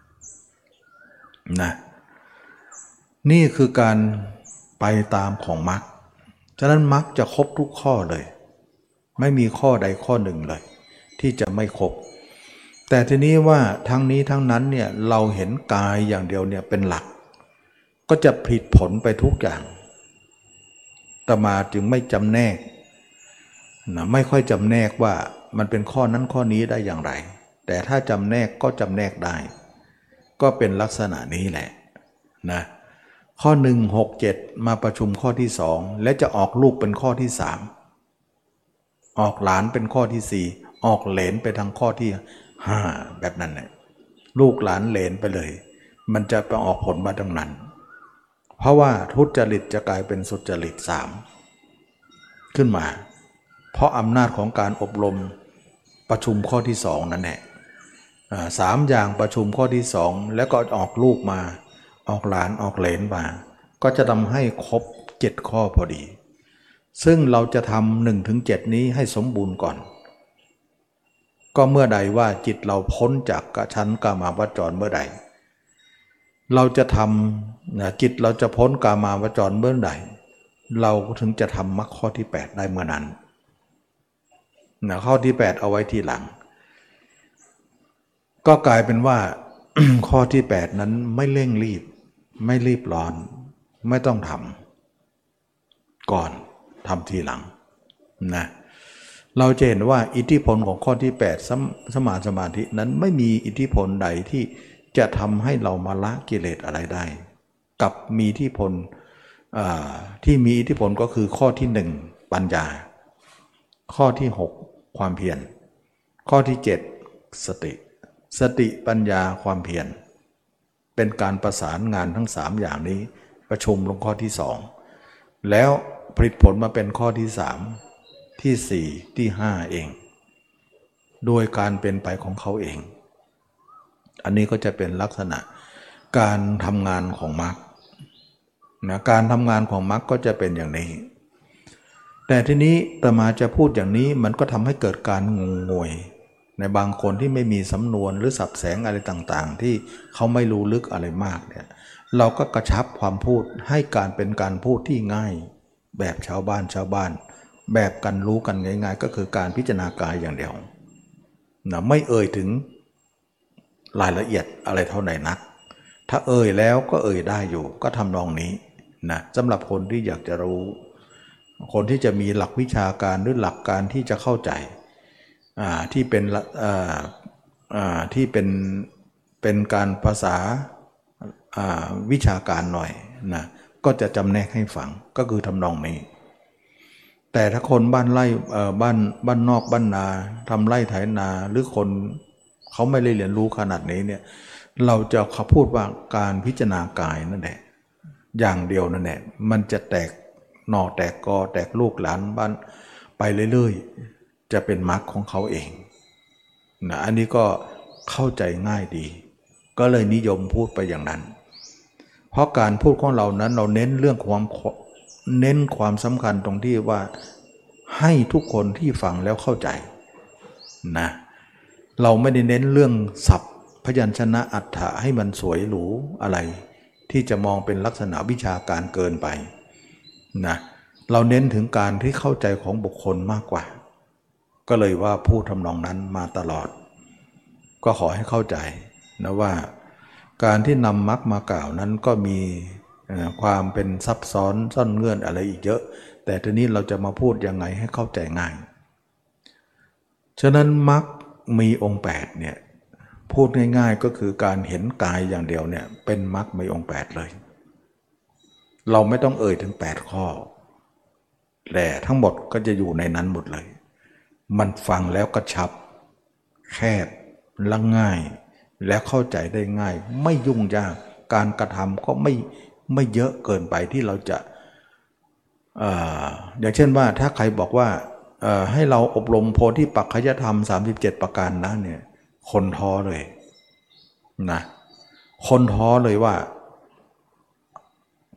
นะนี่คือการไปตามของมรรคฉะนั้นมรรคจะครบทุกข้อเลยไม่มีข้อใดข้อหนึ่งเลยที่จะไม่ครบแต่ทีนี้ว่าทั้งนี้ทั้งนั้นเนี่ยเราเห็นกายอย่างเดียวเนี่ยเป็นหลักก็จะผิดผลไปทุกอย่างอาตมาจึงไม่จำแนกนะไม่ค่อยจำแนกว่ามันเป็นข้อนั้นข้อนี้ได้อย่างไรแต่ถ้าจำแนกก็จำแนกได้ก็เป็นลักษณะนี้แหละนะข้อหนึ่ง หก เจ็ดมาประชุมข้อที่สองและจะออกลูกเป็นข้อที่สามออกหลานเป็นข้อที่สี่ออกเหลนไปทางข้อที่ห้าแบบนั้นแหละลูกหลานเหลนไปเลยมันจะไปออกผลมาดังนั้นเพราะว่าทุจริตจะกลายเป็นสุจริตสามขึ้นมาเพราะอำนาจของการอบรมประชุมข้อที่สองนั่นแหละสามอย่างประชุมข้อที่สองแล้วก็ออกลูกมาออกหลานออกเหลนมาก็จะทำให้ครบเจ็ดข้อพอดีซึ่งเราจะทำหนึ่งถึงเจ็ดนี้ให้สมบูรณ์ก่อนก็เมื่อใดว่าจิตเราพ้นจากชั้นกามาวจรเมื่อใดเราจะทำนะจิตเราจะพ้นกามาวจรเมื่อใดเราถึงจะทำมรรคข้อที่แปดได้เมื่อนั้นนะข้อที่แปดเอาไว้ทีหลังก็กลายเป็นว่า ข้อที่แปดนั้นไม่เร่งรีบไม่รีบร้อนไม่ต้องทำก่อนทำทีหลังนะเราจะเห็นว่าอิทธิพลของข้อที่แปดสมสมาสมาธินั้นไม่มีอิทธิพลใดที่จะทำให้เรามาละกิเลสอะไรได้กับมีอิทธิพลที่มีอิทธิพลก็คือข้อที่หนึ่งปัญญาข้อที่หกความเพียรข้อที่เจ็ดสติสติปัญญาความเพียรเป็นการประสานงานทั้งสามอย่างนี้ประชุมลงข้อที่สองแล้วผลิตผลมาเป็นข้อที่สามที่สี่ที่ห้าเองโดยการเป็นไปของเขาเองอันนี้ก็จะเป็นลักษณะการทำงานของมรรคนะการทำงานของมรรคก็จะเป็นอย่างนี้แต่ทีนี้อาตมาจะพูดอย่างนี้มันก็ทำให้เกิดการงงงวยในบางคนที่ไม่มีสำนวนหรือสับแสงอะไรต่างๆที่เขาไม่รู้ลึกอะไรมากเนี่ยเราก็กระชับความพูดให้การเป็นการพูดที่ง่ายแบบชาวบ้านชาวบ้านแบบกันรู้กันง่ายๆก็คือการพิจารณากายอย่างเดียวนะไม่เอ่ยถึงรายละเอียดอะไรเท่าไหร่นักถ้าเอ่ยแล้วก็เอ่ยได้อยู่ก็ทำนองนี้นะสำหรับคนที่อยากจะรู้คนที่จะมีหลักวิชาการหรือหลักการที่จะเข้าใจที่เป็นที่เป็นเป็นการภาษาวิชาการหน่อยนะก็จะจำแนกให้ฟังก็คือทำนองนี้แต่ถ้าคนบ้านไร่บ้านบ้านนอกบ้านนาทำไร่ไถนาหรือคนเขาไม่ได้เรียนรู้ขนาดนี้เนี่ยเราจะเขาพูดว่าการพิจารณากายนั่นแหละอย่างเดียวนั่นแหละมันจะแตกหน่อแตกกอแตกลูกหลานบ้านไปเรื่อยๆจะเป็นมรรคของเขาเองนะอันนี้ก็เข้าใจง่ายดีก็เลยนิยมพูดไปอย่างนั้นเพราะการพูดของเรานั้นเราเน้นเรื่องความเน้นความสำคัญตรงที่ว่าให้ทุกคนที่ฟังแล้วเข้าใจนะเราไม่ได้เน้นเรื่องศัพท์พยัญชนะอัฏฐะให้มันสวยหรูอะไรที่จะมองเป็นลักษณะวิชาการเกินไปนะเราเน้นถึงการที่เข้าใจของบุคคลมากกว่าก็เลยว่าพูดทำนองนั้นมาตลอดก็ขอให้เข้าใจนะว่าการที่นำมรรคมากล่าวนั้นก็มีความเป็นซับซ้อนซ่อนเงื่อนอะไรอีกเยอะแต่ทีนี้เราจะมาพูดยังไงให้เข้าใจง่ายฉะนั้นมรรคมีองค์แปดเนี่ยพูดง่ายๆก็คือการเห็นกายอย่างเดียวเนี่ยเป็นมรรคมีองค์แปดเลยเราไม่ต้องเอ่ยถึงแปดข้อแต่ทั้งหมดก็จะอยู่ในนั้นหมดเลยมันฟังแล้วกระชับแคบและง่ายและเข้าใจได้ง่ายไม่ยุ่งยากการกระทำก็ไม่ไม่เยอะเกินไปที่เราจะ เอ่อ อย่างเช่นว่าถ้าใครบอกว่าให้เราอบรมโพธิปักขยธรรมสามสิบเจ็ดประการนะเนี่ยคนท้อเลยนะคนท้อเลยว่า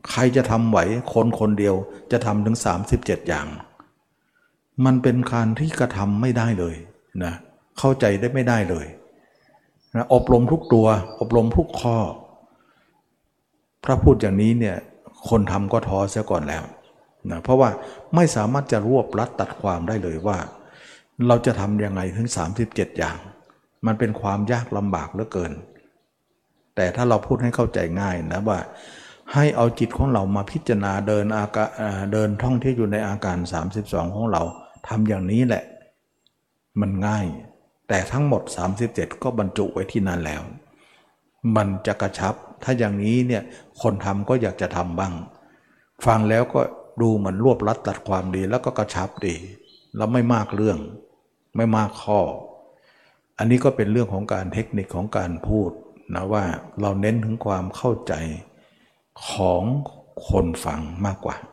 ใครจะทำไหวคนคนเดียวจะทำถึงสามสิบเจ็ดอย่างมันเป็นการที่กระทำไม่ได้เลยนะเข้าใจได้ไม่ได้เลยนะอบรมทุกตัวอบรมทุกข้อพระพูดอย่างนี้เนี่ยคนทำก็ท้อเสียก่อนแล้วนะเพราะว่าไม่สามารถจะรวบรัดตัดความได้เลยว่าเราจะทำยังไงถึงสามสิบเจ็ดอย่างมันเป็นความยากลำบากเหลือเกินแต่ถ้าเราพูดให้เข้าใจง่ายนะว่าให้เอาจิตของเรามาพิจารณาเดินอาการเดินท่องเที่ยวอยู่ในอาการสามสิบสองของเราทำอย่างนี้แหละมันง่ายแต่ทั้งหมดสามสิบเจ็ดก็บรรจุไว้ที่นั่นแล้วมันจะกระชับถ้าอย่างนี้เนี่ยคนทำก็อยากจะทำบ้างฟังแล้วก็ดูเหมือนรวบรัดตัดความดีแล้วก็กระชับดีแล้วไม่มากเรื่องไม่มากข้ออันนี้ก็เป็นเรื่องของการเทคนิคของการพูดนะว่าเราเน้นถึงความเข้าใจของคนฟังมากกว่า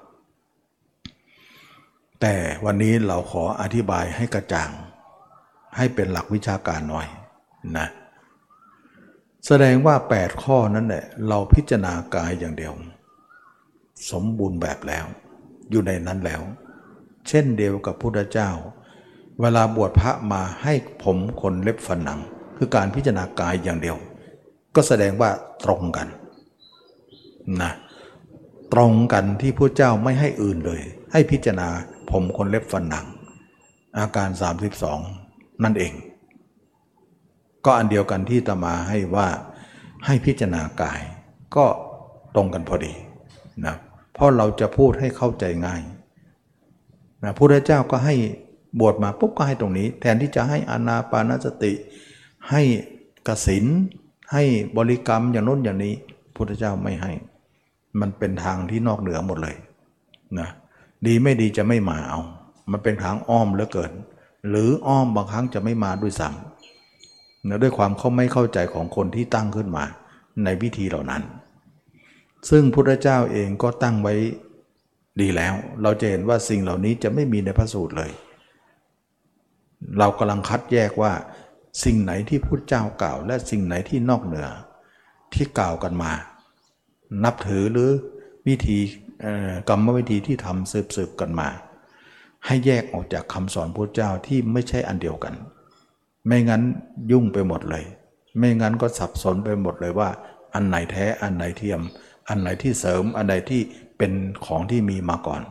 แต่วันนี้เราขออธิบายให้กระจ่างให้เป็นหลักวิชาการหน่อยนะแสดงว่าแปดข้อนั้นแหละเราพิจารณากายอย่างเดียวสมบูรณ์แบบแล้วอยู่ในนั้นแล้วเช่นเดียวกับพุทธเจ้าเวลาบวชพระมาให้ผมขนเล็บฟันหนังคือการพิจารณากายอย่างเดียวก็แสดงว่าตรงกันนะตรงกันที่พระเจ้าไม่ให้อื่นเลยให้พิจารณาผมขนเล็บฟันหนังอาการสามสิบสองนั่นเองก็อันเดียวกันที่อาตมาให้ว่าให้พิจารณากายก็ตรงกันพอดีนะเพราะเราจะพูดให้เข้าใจง่ายนะพระพุทธเจ้าก็ให้บวชมาปุ๊บก็ให้ตรงนี้แทนที่จะให้อานาปานสติให้กสิณให้บริกรรมอย่างโน้นอย่างนี้พระพุทธเจ้าไม่ให้มันเป็นทางที่นอกเหนือหมดเลยนะดีไม่ดีจะไม่มาเอามันเป็นทางอ้อมเหลือเกินหรืออ้อมบางครั้งจะไม่มาด้วยซ้ำนะด้วยความเขาไม่เข้าใจของคนที่ตั้งขึ้นมาในวิธีเหล่านั้นซึ่งพุทธเจ้าเองก็ตั้งไว้ดีแล้วเราจะเห็นว่าสิ่งเหล่านี้จะไม่มีในพระสูตรเลยเรากำลังคัดแยกว่าสิ่งไหนที่พุทธเจ้ากล่าวและสิ่งไหนที่นอกเหนือที่กล่าวกันมานับถือหรือวิธีกรรมวิธีที่ทำสืบๆกันมาให้แยกออกจากคำสอนพุทธเจ้าที่ไม่ใช่อันเดียวกันไม่งั้นยุ่งไปหมดเลยไม่งั้นก็สับสนไปหมดเลยว่าอันไหนแท้อันไหนเทียมอันไหนที่เสริมอันไหนที่เป็นของที่มีมาก่อน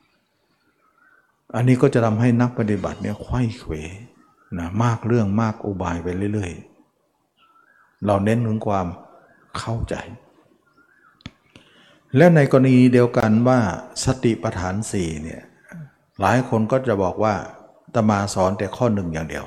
อันนี้ก็จะทำให้นักปฏิบัติเนี่ยไขว้เขวนะมากเรื่องมากอุบายไปเรื่อยๆเราเน้นถึงความเข้าใจแล้วในกรณีเดียวกันว่าสติปัฏฐานสี่เนี่ยหลายคนก็จะบอกว่าอาตมาสอนแต่ข้อหนึ่งอย่างเดียว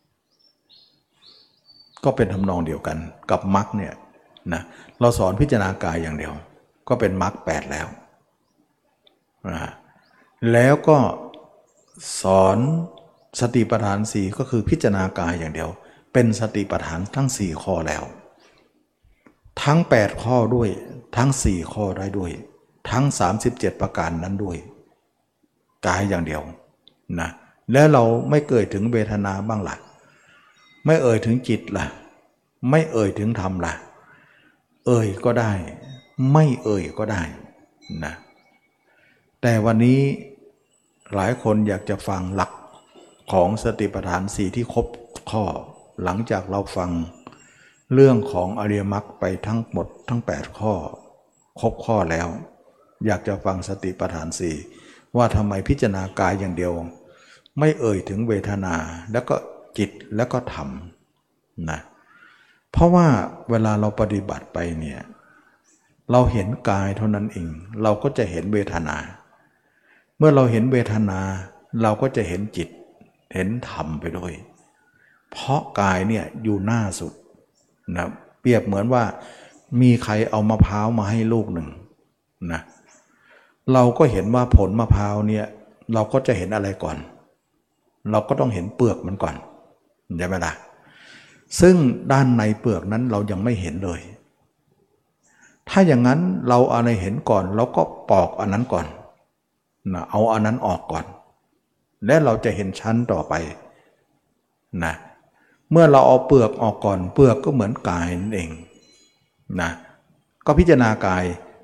ก็เป็นทำนองเดียวกันกับมรรคเนี่ยนะเราสอนพิจารณากายอย่างเดียวก็เป็นมรรคแปดแล้วนะแล้วก็สอนสติปัฏฐานสี่ก็คือพิจารณากายอย่างเดียวเป็นสติปัฏฐานทั้งสี่ข้อแล้วทั้งแปดข้อด้วยทั้งสี่ข้อได้ด้วยทั้งสามสิบเจ็ดประการนั้นด้วยกายอย่างเดียวนะแล้วเราไม่เกิดถึงเวทนาบ้างล่ะไม่เอ่ยถึงจิตล่ะไม่เอ่ยถึงธรรมล่ะเอ่ยก็ได้ไม่เอ่ยก็ได้นะแต่วันนี้หลายคนอยากจะฟังหลักของสติปัฏฐานสี่ที่ครบข้อหลังจากเราฟังเรื่องของอริยมรรคไปทั้งหมดทั้งแปดข้อครบข้อแล้วอยากจะฟังสติปัฏฐานสี่ว่าทำไมพิจารณากายอย่างเดียวไม่เอ่ยถึงเวทนาแล้วก็จิตแล้วก็ธรรมนะเพราะว่าเวลาเราปฏิบัติไปเนี่ยเราเห็นกายเท่านั้นเองเราก็จะเห็นเวทนาเมื่อเราเห็นเวทนาเราก็จะเห็นจิตเห็นธรรมไปด้วยเพราะกายเนี่ยอยู่หน้าสุดนะเปรียบเหมือนว่ามีใครเอามะพร้าวมาให้ลูกหนึ่งนะเราก็เห็นว่าผลมะพร้าวเนี่ยเราก็จะเห็นอะไรก่อนเราก็ต้องเห็นเปลือกมันก่อนใช่ไหมล่ะซึ่งด้านในเปลือกนั้นเรายังไม่เห็นเลยถ้าอย่างนั้นเราอะไรเห็นก่อนเราก็ปอกอันนั้นก่อนนะเอาอันนั้นออกก่อนและเราจะเห็นชั้นต่อไปนะเมื่อเราเอาเปลือกออกก่อนเปลือกก็เหมือนกายนั่นเองนะก็พิจารณากาย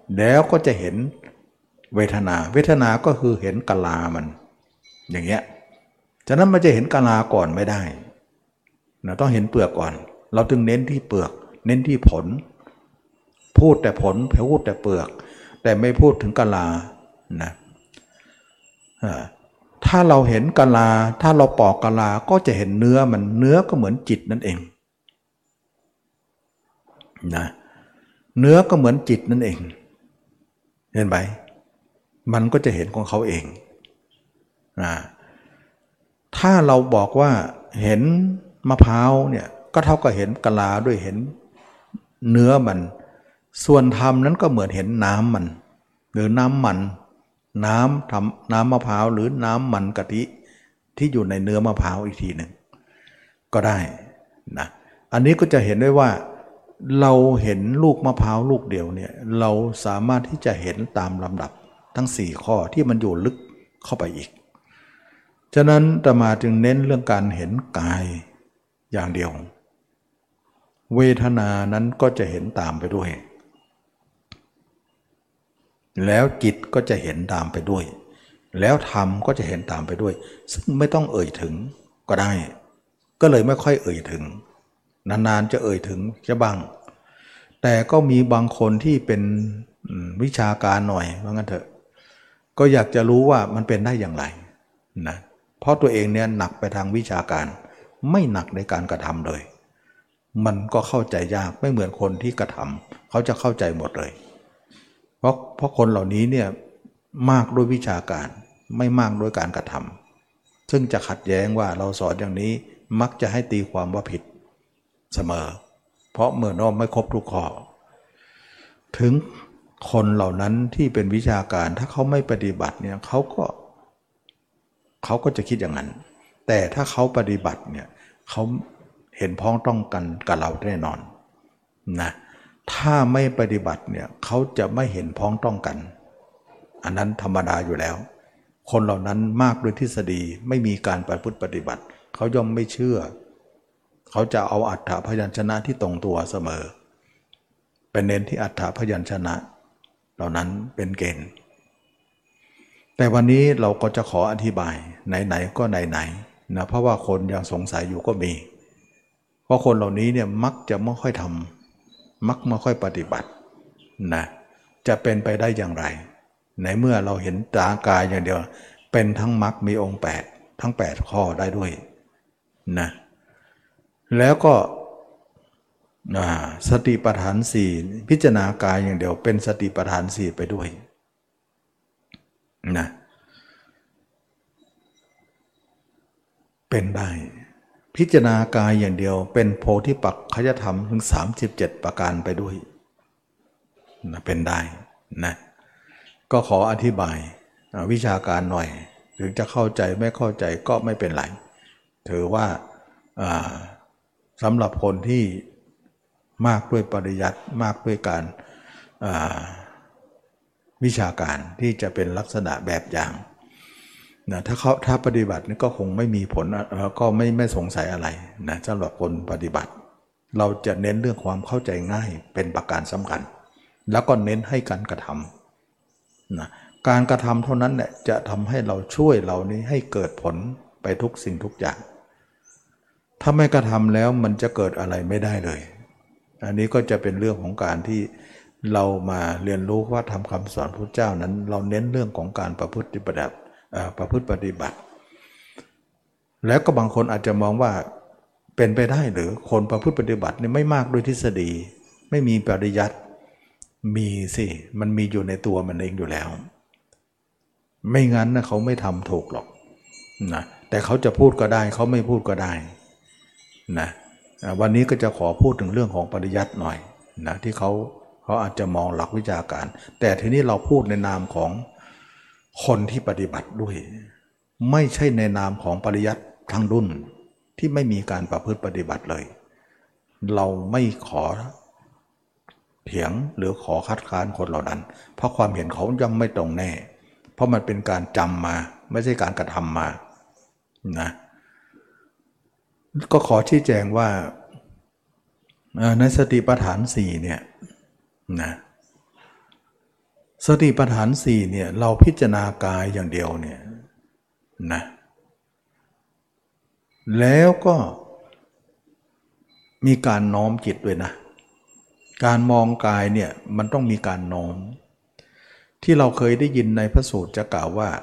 แล้วก็จะเห็นเวทนาเวทนาก็คือเห็นกะลามันอย่างเงี้ยฉะนั้นมันจะเห็นกะลาก่อนไม่ได้นะต้องเห็นเปลือกก่อนเราจึงเน้นที่เปลือกเน้นที่ผลพูดแต่ผลพูดแต่เปลือกแต่ไม่พูดถึงกะลานะถ้าเราเห็นกะลาถ้าเราปอกกะลาก็จะเห็นเนื้อมันเนื้อก็เหมือนจิตนั่นเองนะเนื้อก็เหมือนจิตนั่นเองเห็นไหมมันก็จะเห็นของเขาเองนะถ้าเราบอกว่าเห็นมะพร้าวเนี่ยก็เท่ากับเห็นกะลาด้วยเห็นเนื้อมันส่วนธรรมนั้นก็เหมือนเห็นน้ำมันหรือน้ำมันน้ำทำน้ำมะพร้าวหรือน้ำมันกะทิที่อยู่ในเนื้อมะพร้าวอีกทีหนึ่งก็ได้นะอันนี้ก็จะเห็นได้ว่าเราเห็นลูกมะพร้าวลูกเดียวเนี่ยเราสามารถที่จะเห็นตามลำดับทั้งสี่ข้อที่มันอยู่ลึกเข้าไปอีกฉะนั้นอาตมาจึงเน้นเรื่องการเห็นกายอย่างเดียวเวทนานั้นก็จะเห็นตามไปด้วยแล้วจิตก็จะเห็นตามไปด้วยแล้วธรรมก็จะเห็นตามไปด้วยซึ่งไม่ต้องเอ่ยถึงก็ได้ก็เลยไม่ค่อยเอ่ยถึงนานๆจะเอ่ยถึงจะบ้างแต่ก็มีบางคนที่เป็นวิชาการหน่อยว่างั้นเถอะก็อยากจะรู้ว่ามันเป็นได้อย่างไรนะเพราะตัวเองเนี่ยหนักไปทางวิชาการไม่หนักในการกระทำเลยมันก็เข้าใจยากไม่เหมือนคนที่กระทำเขาจะเข้าใจหมดเลยเพราะเพราะคนเหล่านี้เนี่ยมากด้วยวิชาการไม่มากด้วยการกระทำซึ่งจะขัดแย้งว่าเราสอนอย่างนี้มักจะให้ตีความว่าผิดเสมอเพราะเมื่อน้อมไม่ครบทุกข้อถึงคนเหล่านั้นที่เป็นวิชาการถ้าเขาไม่ปฏิบัติเนี่ยเขาก็เขาก็จะคิดอย่างนั้นแต่ถ้าเขาปฏิบัติเนี่ยเขาเห็นพ้องต้องกันกับเราแน่นอนนะถ้าไม่ปฏิบัติเนี่ยเขาจะไม่เห็นพ้องต้องกันอันนั้นธรรมดาอยู่แล้วคนเหล่านั้นมากด้วยทฤษฎีไม่มีการประพฤติปฏิบัติเขาย่อมไม่เชื่อเขาจะเอาอัฏฐพยัญชนะที่ตรงตัวเสมอเป็นเน้นที่อัฏฐพยัญชนะเหล่านั้นเป็นเกณฑ์แต่วันนี้เราก็จะขออธิบายไหนๆก็ไหนๆนะเพราะว่าคนยังสงสัยอยู่ก็มีเพราะคนเหล่านี้เนี่ยมักจะไม่ค่อยทำมักไม่ค่อยปฏิบัตินะจะเป็นไปได้อย่างไรในเมื่อเราเห็นตากายอย่างเดียวเป็นทั้งมรรคมีองค์แปดทั้งแปดข้อได้ด้วยนะแล้วก็สติปัฏฐานสี่พิจารณากายอย่างเดียวเป็นสติปัฏฐานสี่ไปด้วยนะเป็นได้พิจารณากายอย่างเดียวเป็นโพธิปักขยธรรมถึงสามสิบเจ็ดประการไปด้วยนะเป็นได้นะก็ขออธิบายวิชาการหน่อยถึงจะเข้าใจไม่เข้าใจก็ไม่เป็นไรถือว่าสำหรับคนที่มากด้วยปริยัติมากด้วยการวิชาการที่จะเป็นลักษณะแบบอย่างนะถ้าเขาถ้าปฏิบัตินี่ก็คงไม่มีผลก็ไม่ไม่สงสัยอะไรนะสำหรับคนปฏิบัติเราจะเน้นเรื่องความเข้าใจง่ายเป็นประการสำคัญแล้วก็เน้นให้การกระทำนะการกระทำเท่านั้นแหละจะทำให้เราช่วยเรานี้ให้เกิดผลไปทุกสิ่งทุกอย่างถ้าไม่กระทำแล้วมันจะเกิดอะไรไม่ได้เลยอันนี้ก็จะเป็นเรื่องของการที่เรามาเรียนรู้ว่าทำคำสอนพระเจ้านั้นเราเน้นเรื่องของการประพฤติปฏิบัติประพฤติปฏิบัติแล้วก็บางคนอาจจะมองว่าเป็นไปได้หรือคนประพฤติปฏิบัตินี่ไม่มากด้วยทฤษฎีไม่มีปริยัติมีสิมันมีอยู่ในตัวมันเองอยู่แล้วไม่งั้นนะเขาไม่ทำถูกหรอกนะแต่เขาจะพูดก็ได้เขาไม่พูดก็ได้นะวันนี้ก็จะขอพูดถึงเรื่องของปริยัติหน่อยนะที่เขาเขาอาจจะมองหลักวิชาการแต่ทีนี้เราพูดในนามของคนที่ปฏิบัติด้วยไม่ใช่ในนามของปริยัติทั้งรุ่นที่ไม่มีการประพฤติปฏิบัติเลยเราไม่ขอเถียงหรือขอคัดค้านคนเหล่านั้นเพราะความเห็นเขาย่อมไม่ตรงแน่เพราะมันเป็นการจำมาไม่ใช่การกระทำมานะก็ขอชี้แจงว่าในสติปัฏฐานสี่เนี่ยนะสติปัฏฐานสี่เนี่ยเราพิจารณากายอย่างเดียวเนี่ยนะแล้วก็มีการน้อมจิตด้วยนะการมองกายเนี่ยมันต้องมีการน้อมที่เราเคยได้ยินในพระสูตรจะกล่าวว่า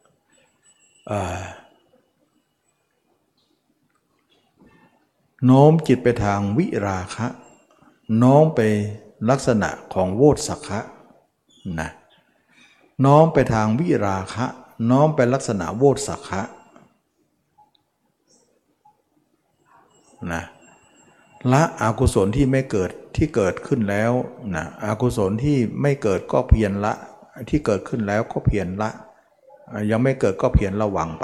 โน้มจิตไปทางวิราคะน้อมไปลักษณะของโวฏสักขะนะน้อมไปทางวิราคะน้อมไปลักษณะโวฏสักขะนะละอกุศลที่ไม่เกิดที่เกิดขึ้นแล้วนะอกุศลที่ไม่เกิดก็เพียรละที่เกิดขึ้นแล้วก็เพียรละยังไม่เกิดก็เพียรระวังไป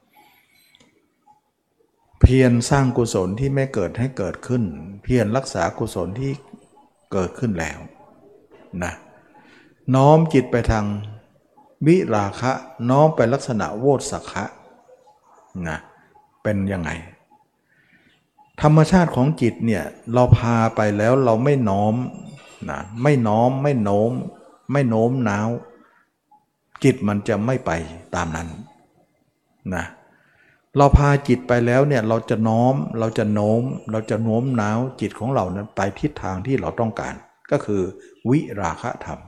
เพียรสร้างกุศลที่ไม่เกิดให้เกิดขึ้นเพียรรักษากุศลที่เกิดขึ้นแล้วนะน้อมจิตไปทางวิราคะน้อมไปลักษณะโวฏสักขะนะเป็นยังไงธรรมชาติของจิตเนี่ยเราพาไปแล้วเราไม่น้อมนะไม่น้อมไม่โน้มไม่โน้มน้าวจิตมันจะไม่ไปตามนั้นนะเราพาจิตไปแล้วเนี่ยเราจะน้อมเราจะโน้มเราจะโน้มน้าวจิตของเรานั้นไปทิศทางที่เราต้องการก็คือวิราคะธรรม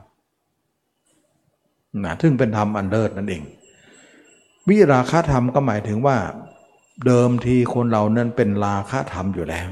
นะซึ่งเป็นธรรมอันเลิศนั่นเองวิราคะธรรมก็หมายถึงว่าเดิมทีคนเรานั้นเป็นราคะธรรมอยู่แล้ว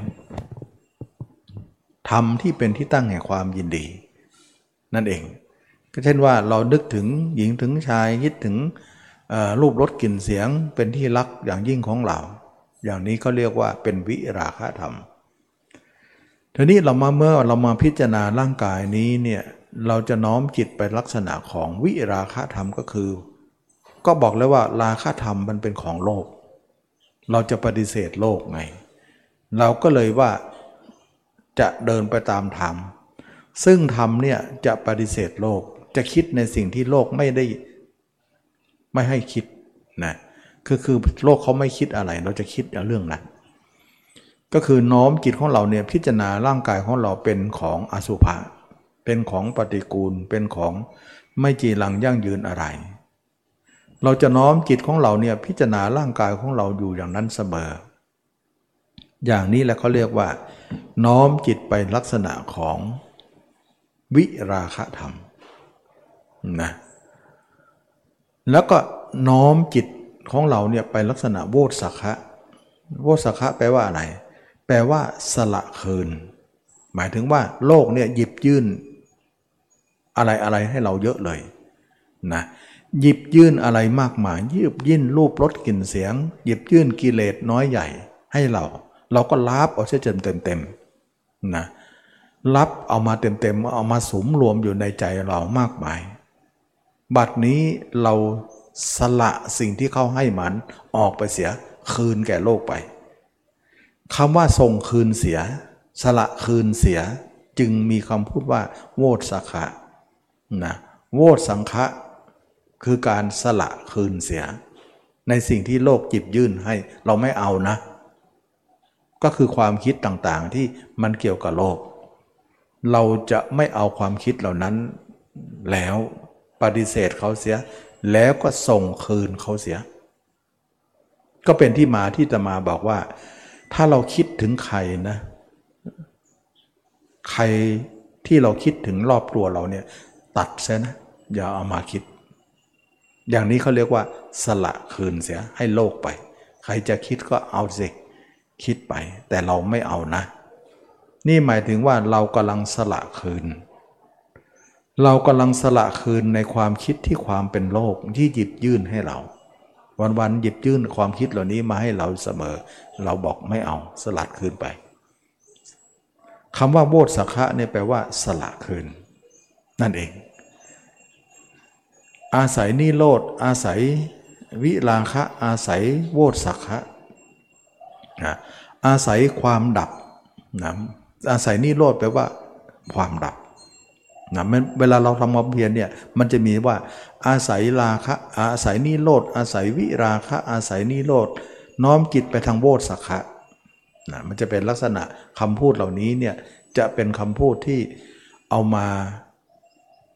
ธรรมที่เป็นที่ตั้งแห่งความยินดีนั่นเองก็เช่นว่าเรานึกถึงหญิงถึงชายคิดถึงรูปรสกลิ่นเสียงเป็นที่รักอย่างยิ่งของเราอย่างนี้เขาเรียกว่าเป็นวิราคะธรรมทีนี้เรามาเมื่อเรามาพิจารณาร่างกายนี้เนี่ยเราจะน้อมจิตไปลักษณะของวิราคะธรรมก็คือก็บอกแล้วว่าราคะธรรมมันเป็นของโลกเราจะปฏิเสธโลกไงเราก็เลยว่าจะเดินไปตามธรรมซึ่งธรรมเนี่ยจะปฏิเสธโลกจะคิดในสิ่งที่โลกไม่ได้ไม่ให้คิดนะคือคือโลกเขาไม่คิดอะไรเราจะคิดเรื่องนั้นก็คือน้อมจิตของเราเนี่ยพิจารณาร่างกายของเราเป็นของอสุภะเป็นของปฏิกูลเป็นของไม่จีรังยั่งยืนอะไรเราจะน้อมจิตของเราเนี่ยพิจารณาร่างกายของเราอยู่อย่างนั้นเสมออย่างนี้แหละเขาเรียกว่าน้อมจิตไปลักษณะของวิราคะธรรมนะแล้วก็น้อมจิตของเราเนี่ยไปลักษณะโวฏสักขะโวฏสักขะแปลว่าอะไรแปลว่าสละคืนหมายถึงว่าโลกเนี่ยหยิบยื่นอะไรอะไรให้เราเยอะเลยนะหยิบยื่นอะไรมากมายหยิบยื่นรูปรสกลิ่นเสียงหยิบยื่นกิเลสน้อยใหญ่ให้เราเราก็รับเอาเสียจนเต็มๆนะรับเอามาเต็มๆเอามาสุมรวมอยู่ในใจเรามากมายบัดนี้เราสละสิ่งที่เขาให้มันออกไปเสียคืนแก่โลกไปคำว่าส่งคืนเสียสละคืนเสียจึงมีคำพูดว่าโวฏสักขะนะโวฏสังฆะคือการสละคืนเสียในสิ่งที่โลกหยิบยื่นให้เราไม่เอานะก็คือความคิดต่างๆที่มันเกี่ยวกับโลกเราจะไม่เอาความคิดเหล่านั้นแล้วปฏิเสธเขาเสียแล้วก็ส่งคืนเขาเสียก็เป็นที่มาที่จะมาบอกว่าถ้าเราคิดถึงใครนะใครที่เราคิดถึงรอบตัวเราเนี่ยตัดเสียนะอย่าเอามาคิดอย่างนี้เขาเรียกว่าสละคืนเสียให้โลกไปใครจะคิดก็เอาสิคิดไปแต่เราไม่เอานะนี่หมายถึงว่าเรากำลังสละคืนเรากำลังสละคืนในความคิดที่ความเป็นโลกที่หยิบยื่นให้เราวันๆหยิบยื่นความคิดเหล่านี้มาให้เราเสมอเราบอกไม่เอาสลัดคืนไปคำว่าโวฏสักขะเนี่ยแปลว่าสละคืนนั่นเองอาศัยนิโรธอาศัยวิราคะอาศัยโวฏสักขะนะอาศัยความดับนะอาศัยนิโรธแปลว่าความดับนะเวลาเราทำความเพียรเนี่ยมันจะมีว่าอาศัยราคะอาศัยนิโรธอาศัยวิราคะอาศัยนิโรธน้อมจิตไปทางโวฏสักขะนะมันจะเป็นลักษณะคำพูดเหล่านี้เนี่ยจะเป็นคำพูดที่เอามา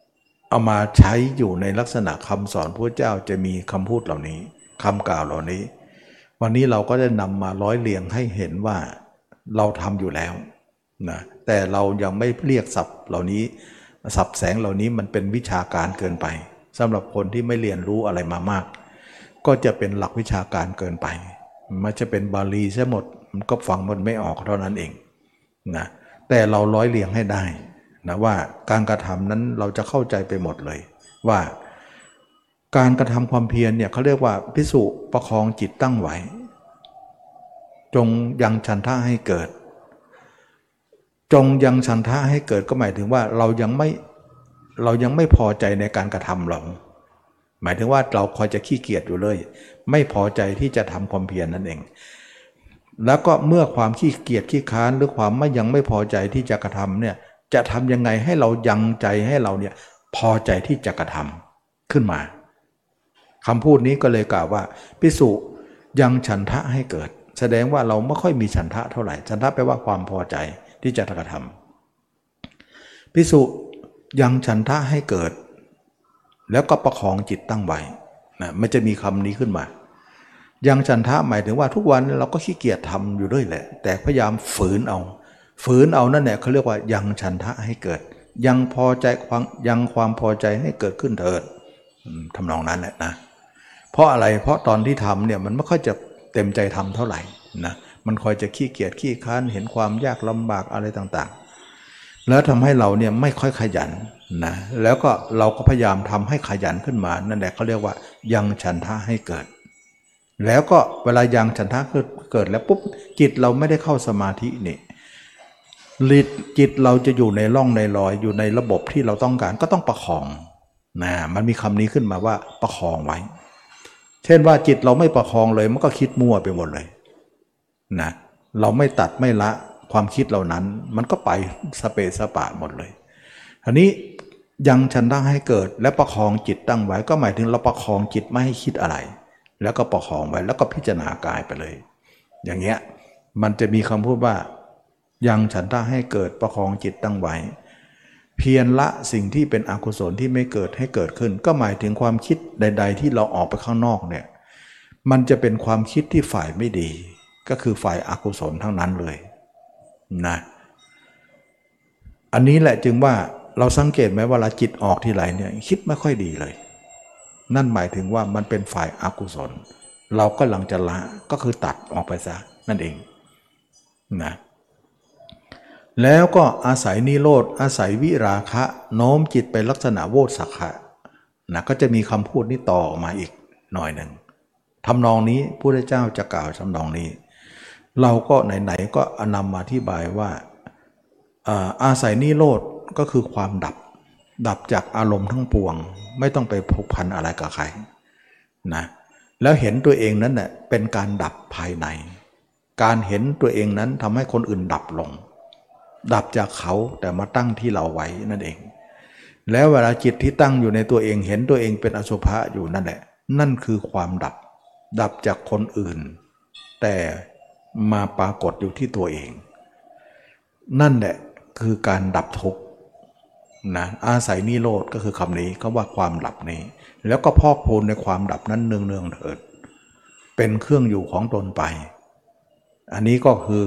เอามาใช้อยู่ในลักษณะคำสอนพระเจ้าจะมีคำพูดเหล่านี้คำกล่าวเหล่านี้วันนี้เราก็ได้นำมาร้อยเรียงให้เห็นว่าเราทำอยู่แล้วนะแต่เรายังไม่เรียกศัพท์เหล่านี้ศัพท์แสงเหล่านี้มันเป็นวิชาการเกินไปสำหรับคนที่ไม่เรียนรู้อะไรมามากก็จะเป็นหลักวิชาการเกินไปมันจะเป็นบาลีซะหมดมันก็ฟังมันไม่ออกเท่านั้นเองนะแต่เราร้อยเรียงให้ได้นะว่าการกระทำนั้นเราจะเข้าใจไปหมดเลยว่าการกระทำความเพียรเนี่ยเขาเรียกว่าภิกษุประคองจิตตั้งไว้จงยังฉันทะให้เกิดจงยังฉันทะให้เกิดก็หมายถึงว่าเรายังไม่เรายังไม่พอใจในการกระทำเราหมายถึงว่าเราคอยจะขี้เกียจอยู่เลยไม่พอใจที่จะทำความเพียรนั่นเองแล้วก็เมื่อความขี้เกียจขี้ค้านหรือความไม่ยังไม่พอใจที่จะกระทำเนี่ยจะทำยังไงให้เรายังใจให้เราเนี่ยพอใจที่จะกระทำขึ้นมาคำพูดนี้ก็เลยกล่าวว่าภิกษุยังฉันทะให้เกิดแสดงว่าเราไม่ค่อยมีฉันทะเท่าไหร่ฉันทะแปลว่าความพอใจที่จะกระทำภิกษุยังฉันทะให้เกิดแล้วก็ประคองจิตตั้งไว้นะมันจะมีคำนี้ขึ้นมายังฉันทะหมายถึงว่าทุกวันเราก็ขี้เกียจทำอยู่ด้วยแหละแต่พยายามฝืนเอาฝืนเอานั่นแหละเขาเรียกว่ายังฉันทะให้เกิดยังพอใจความยังความพอใจให้เกิดขึ้นเถิดทำนองนั้นแหละนะเพราะอะไรเพราะตอนที่ทำเนี่ยมันไม่ค่อยจะเต็มใจทำเท่าไหร่นะมันคอยจะขี้เกียจขี้ค้านเห็นความยากลำบากอะไรต่างๆแล้วทำให้เราเนี่ยไม่ค่อยขยันนะแล้วก็เราก็พยายามทำให้ขยันขึ้นมานั่นแหละเขาเรียกว่ายังฉันทะให้เกิดแล้วก็เวลายังฉันทะเกิดแล้วปุ๊บจิตเราไม่ได้เข้าสมาธินี่จิตเราจะอยู่ในร่องในรอยอยู่ในระบบที่เราต้องการก็ต้องประคองนะมันมีคำนี้ขึ้นมาว่าประคองไว้เช่นว่าจิตเราไม่ประคองเลยมันก็คิดมั่วไปหมดเลยนะเราไม่ตัดไม่ละความคิดเหล่านั้นมันก็ไปสเปสปะหมดเลยทีนี้ยังฉันทะให้เกิดและประคองจิตตั้งไว้ก็หมายถึงเราประคองจิตไม่ให้คิดอะไรแล้วก็ประคองไว้แล้วก็พิจารณากายไปเลยอย่างเงี้ยมันจะมีคำพูดว่ายังฉันทะให้เกิดประคองจิตตั้งไว้เพียรละสิ่งที่เป็นอกุศลที่ไม่เกิดให้เกิดขึ้นก็หมายถึงความคิดใดๆที่เราออกไปข้างนอกเนี่ยมันจะเป็นความคิดที่ฝ่ายไม่ดีก็คือฝ่ายอกุศลทั้งนั้นเลยนะอันนี้แหละจึงว่าเราสังเกตไหมว่าเวลาจิตออกทีไรเนี่ยคิดไม่ค่อยดีเลยนั่นหมายถึงว่ามันเป็นฝ่ายอกุศลเราก็หลังจะละก็คือตัดออกไปซะนั่นเองนะแล้วก็อาศัยนิโรธอาศัยวิราคะโน้มจิตไปลักษณะโวสักขะนะก็จะมีคำพูดนี้ต่อออกมาอีกหน่อยหนึ่งทำนองนี้พระพุทธเจ้าจะกล่าวทำนองนี้เราก็ไหนๆก็นำมาอธิบายว่าอาศัยนิโรธก็คือความดับดับจากอารมณ์ทั้งปวงไม่ต้องไปผูกพันอะไรกับใครนะแล้วเห็นตัวเองนั้นเน่ยเป็นการดับภายในการเห็นตัวเองนั้นทำให้คนอื่นดับลงดับจากเขาแต่มาตั้งที่เราไว้นั่นเองแล้วเวลาจิตที่ตั้งอยู่ในตัวเองเห็นตัวเองเป็นอสุภะอยู่นั่นแหละนั่นคือความดับดับจากคนอื่นแต่มาปรากฏอยู่ที่ตัวเองนั่นแหละคือการดับทุกข์นะอาศัยนิโรธก็คือคำนี้คำว่าความดับนี้แล้วก็พอกพูนในความดับนั้นเนืองๆเถิดเป็นเครื่องอยู่ของตนไปอันนี้ก็คือ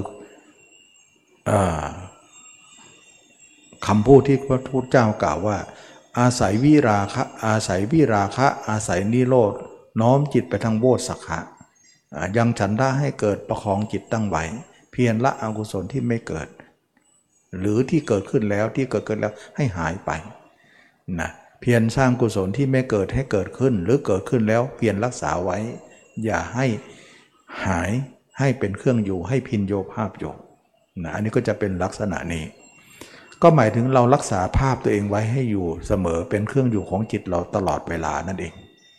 คำพูดที่พระพุทธเจ้ากล่าวว่าอาศัยวิราคะอาศัยวิราคะอาศัยนิโรธน้อมจิตไปทางโวสักขะยังฉันทะให้เกิดประคองจิตตั้งไว้เพียรละอกุศลที่ไม่เกิดหรือที่เกิดขึ้นแล้วที่เกิดขึ้นแล้วให้หายไปนะเพียรสร้างกุศลที่ไม่เกิดให้เกิดขึ้นหรือเกิดขึ้นแล้วเพียรรักษาไว้อย่าให้หายให้เป็นเครื่องอยู่ให้พินโยภาพอยู่นะอันนี้ก็จะเป็นลักษณะนี้ก็หมายถึงเรารักษาภาพตัวเองไว้ให้อยู่เสมอเป็นเครื่องอยู่ของจิตเราตลอดเวลานั่นเอง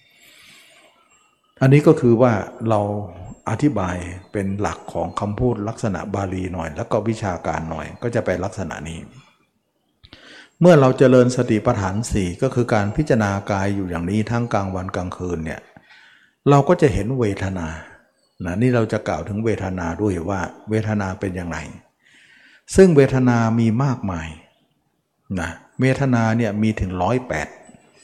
อันนี้ก็คือว่าเราอธิบายเป็นหลักของคำพูดลักษณะบาลีหน่อยแล้วก็วิชาการหน่อยก็จะไปลักษณะนี้เมื่อเราเจริญสติปัฏฐานสี่ก็คือการพิจารณากายอยู่อย่างนี้ทั้งกลางวันกลางคืนเนี่ยเราก็จะเห็นเวทนานะนี่เราจะกล่าวถึงเวทนาด้วยว่าเวทนาเป็นอย่างไรซึ่งเวทนามีมากมายนะเวทนาเนี่ยมีถึงร้อยแปด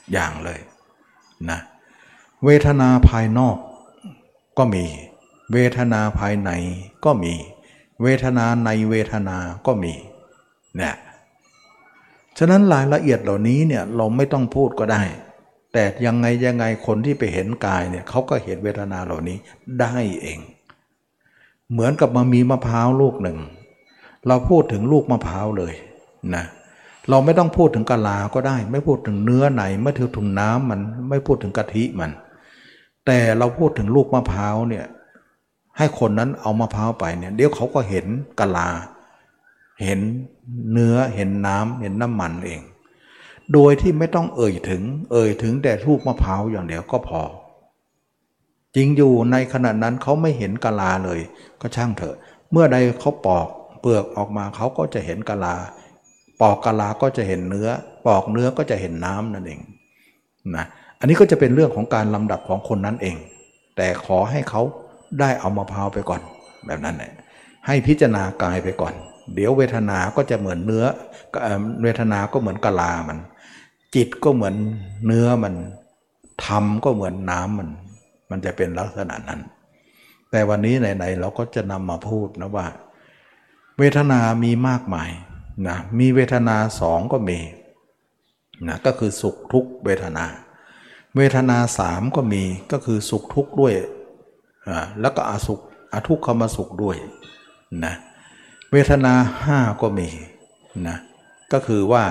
อย่างเลยนะเวทนาภายนอกก็มีเวทนาภายในก็มีเวทนาในเวทนาก็มีเนี่ยฉะนั้นรายละเอียดเหล่านี้เนี่ยเราไม่ต้องพูดก็ได้แต่ยังไงยังไงคนที่ไปเห็นกายเนี่ยเขาก็เห็นเวทนาเหล่านี้ได้เองเหมือนกับมามีมะพร้าวลูกหนึ่งเราพูดถึงลูกมะพร้าวเลยนะเราไม่ต้องพูดถึงกะลาก็ได้ไม่พูดถึงเนื้อไหนไม่พูดถึงน้ำมันไม่พูดถึงกะทิมันแต่เราพูดถึงลูกมะพร้าวเนี่ยให้คนนั้นเอามะพร้าวไปเนี่ยเดี๋ยวเขาก็เห็นกะลาเห็นเนื้อเห็นน้ำเห็นน้ำมันเองโดยที่ไม่ต้องเอ่ยถึงเอ่ยถึงแต่ลูกมะพร้าวอย่างเดียวก็พอจริงอยู่ในขณะนั้นเขาไม่เห็นกะลาเลยก็ช่างเถอะเมื่อใดเขาปอกเปลือกออกมาเขาก็จะเห็นกะลาปอกกะลาก็จะเห็นเนื้อปอกเนื้อก็จะเห็นน้ำนั่นเองนะอันนี้ก็จะเป็นเรื่องของการลำดับของคนนั้นเองแต่ขอให้เขาได้เอามะพร้าวไปก่อนแบบนั้นแหละให้พิจารณากายไปก่อนเดี๋ยวเวทนาก็จะเหมือนเนื้อเวทนาก็เหมือนกะลามันจิตก็เหมือนเนื้อมันธรรมก็เหมือนน้ำมันมันจะเป็นลักษณะนั้นแต่วันนี้ไหนๆเราก็จะนำมาพูดนะว่าเวทนามีมากมายนะมีเวทนาสองก็มีนะก็คือสุขทุกข์เวทนาเวทนาสามก็มีก็คือสุขทุกข์ด้วยอ่าแล้วก็อสุขอทุกขมสุขด้วยนะเวทนาห้าก็มีนะก็คือว่า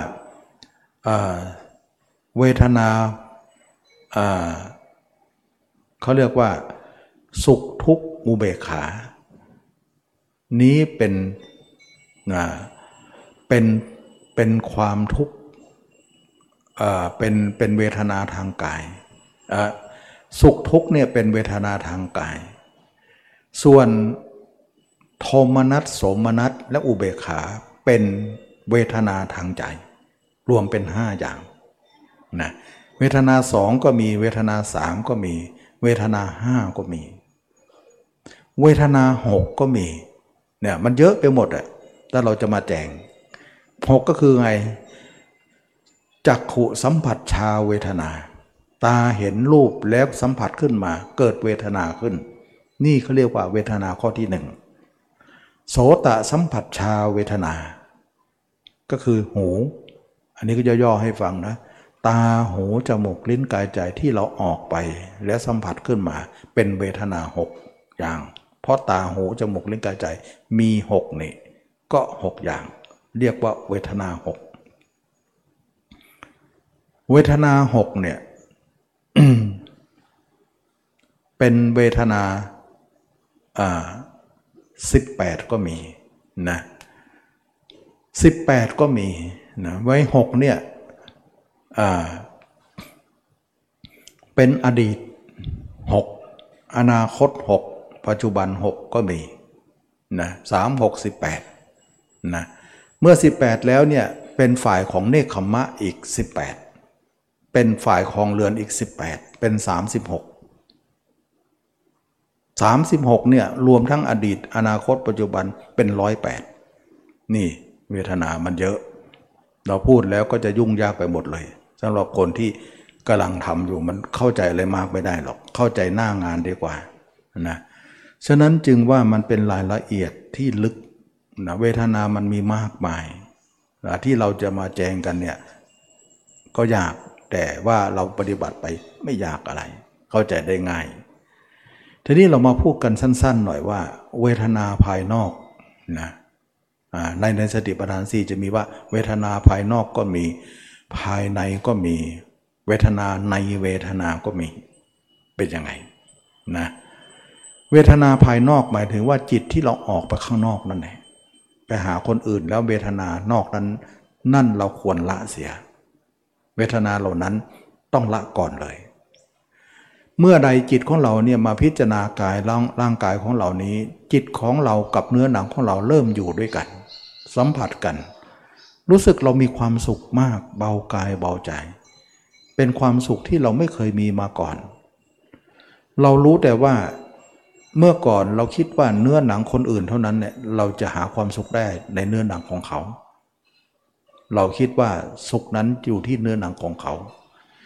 เวทนาเขาเรียกว่าสุขทุกข์อุเบกขานี้เป็นเป็นเป็นความทุกข์เป็นเป็นเวทนาทางกายสุขทุกข์เนี่ยเป็นเวทนาทางกายส่วนโทมนัสโสมนัสและอุเบกขาเป็นเวทนาทางใจรวมเป็นห้าอย่างนะเวทนาสองก็มีเวทนาสามก็มีเวทนาห้าก็มีเวทนาหกก็มีเนี่ยมันเยอะไปหมดอ่ะถ้าเราจะมาแจงหกก็คือไงจักขุสัมผัสชาเวทนาตาเห็นรูปแล้วสัมผัสขึ้นมาเกิดเวทนาขึ้นนี่เขาเรียกว่าเวทนาข้อที่หนึ่งโสตสัมผัสชาเวทนาก็คือหูอันนี้ก็ย่อๆให้ฟังนะตาหูจมูกลิ้นกายใจที่เราออกไปและสัมผัสขึ้นมาเป็นเวทนาหกอย่างเพราะตาหูจมูกลิ้นกายใจมีหกนี่ก็หกอย่างเรียกว่าเวทนาหกเวทนาหกเนี่ย เป็นเวทนาอ่าสิบแปดก็มีนะสิบแปดก็มีนะไว้หกเนี่ยอ่าเป็นอดีตหกอนาคตหกปัจจุบันหกก็มีนะสาม หก สิบแปดนะเมื่อสิบแปดแล้วเนี่ยเป็นฝ่ายของเนกขัมมะอีกสิบแปดเป็นฝ่ายของเรือนอีกสิบแปดเป็นสามสิบหกสามสิบหกเนี่ยรวมทั้งอดีตอนาคตปัจจุบันเป็นหนึ่งร้อยแปดนี่เวทนามันเยอะเราพูดแล้วก็จะยุ่งยากไปหมดเลยสำหรับคนที่กำลังทำอยู่มันเข้าใจอะไรมากไม่ได้หรอกเข้าใจหน้างานดีกว่านะฉะนั้นจึงว่ามันเป็นรายละเอียดที่ลึกนะเวทนามันมีมากมายนะที่เราจะมาแจงกันเนี่ยก็ยากแต่ว่าเราปฏิบัติไปไม่ยากอะไรเข้าใจได้ง่ายทีนี้เรามาพูดกันสั้นๆหน่อยว่าเวทนาภายนอกนะในในสติปัฏฐานสี่จะมีว่าเวทนาภายนอกก็มีภายในก็มีเวทนาในเวทนาก็มีเป็นยังไงนะเวทนาภายนอกหมายถึงว่าจิตที่เราออกไปข้างนอกนั่นแหละไปหาคนอื่นแล้วเวทนานอกนั้นนั่นเราควรละเสียเวทนาเหล่านั้นต้องละก่อนเลยเมื่อใดจิตของเราเนี่ยมาพิจารณากายร่างร่างกายของเรานี้จิตของเรากับเนื้อหนังของเราเริ่มอยู่ด้วยกันสัมผัสกันรู้สึกเรามีความสุขมากเบากายเบาใจเป็นความสุขที่เราไม่เคยมีมาก่อนเรารู้แต่ว่าเมื่อก่อนเราคิดว่าเนื้อหนังคนอื่นเท่านั้นเนี่ยเราจะหาความสุขได้ในเนื้อหนังของเขาเราคิดว่าสุขนั้นอยู่ที่เนื้อหนังของเขา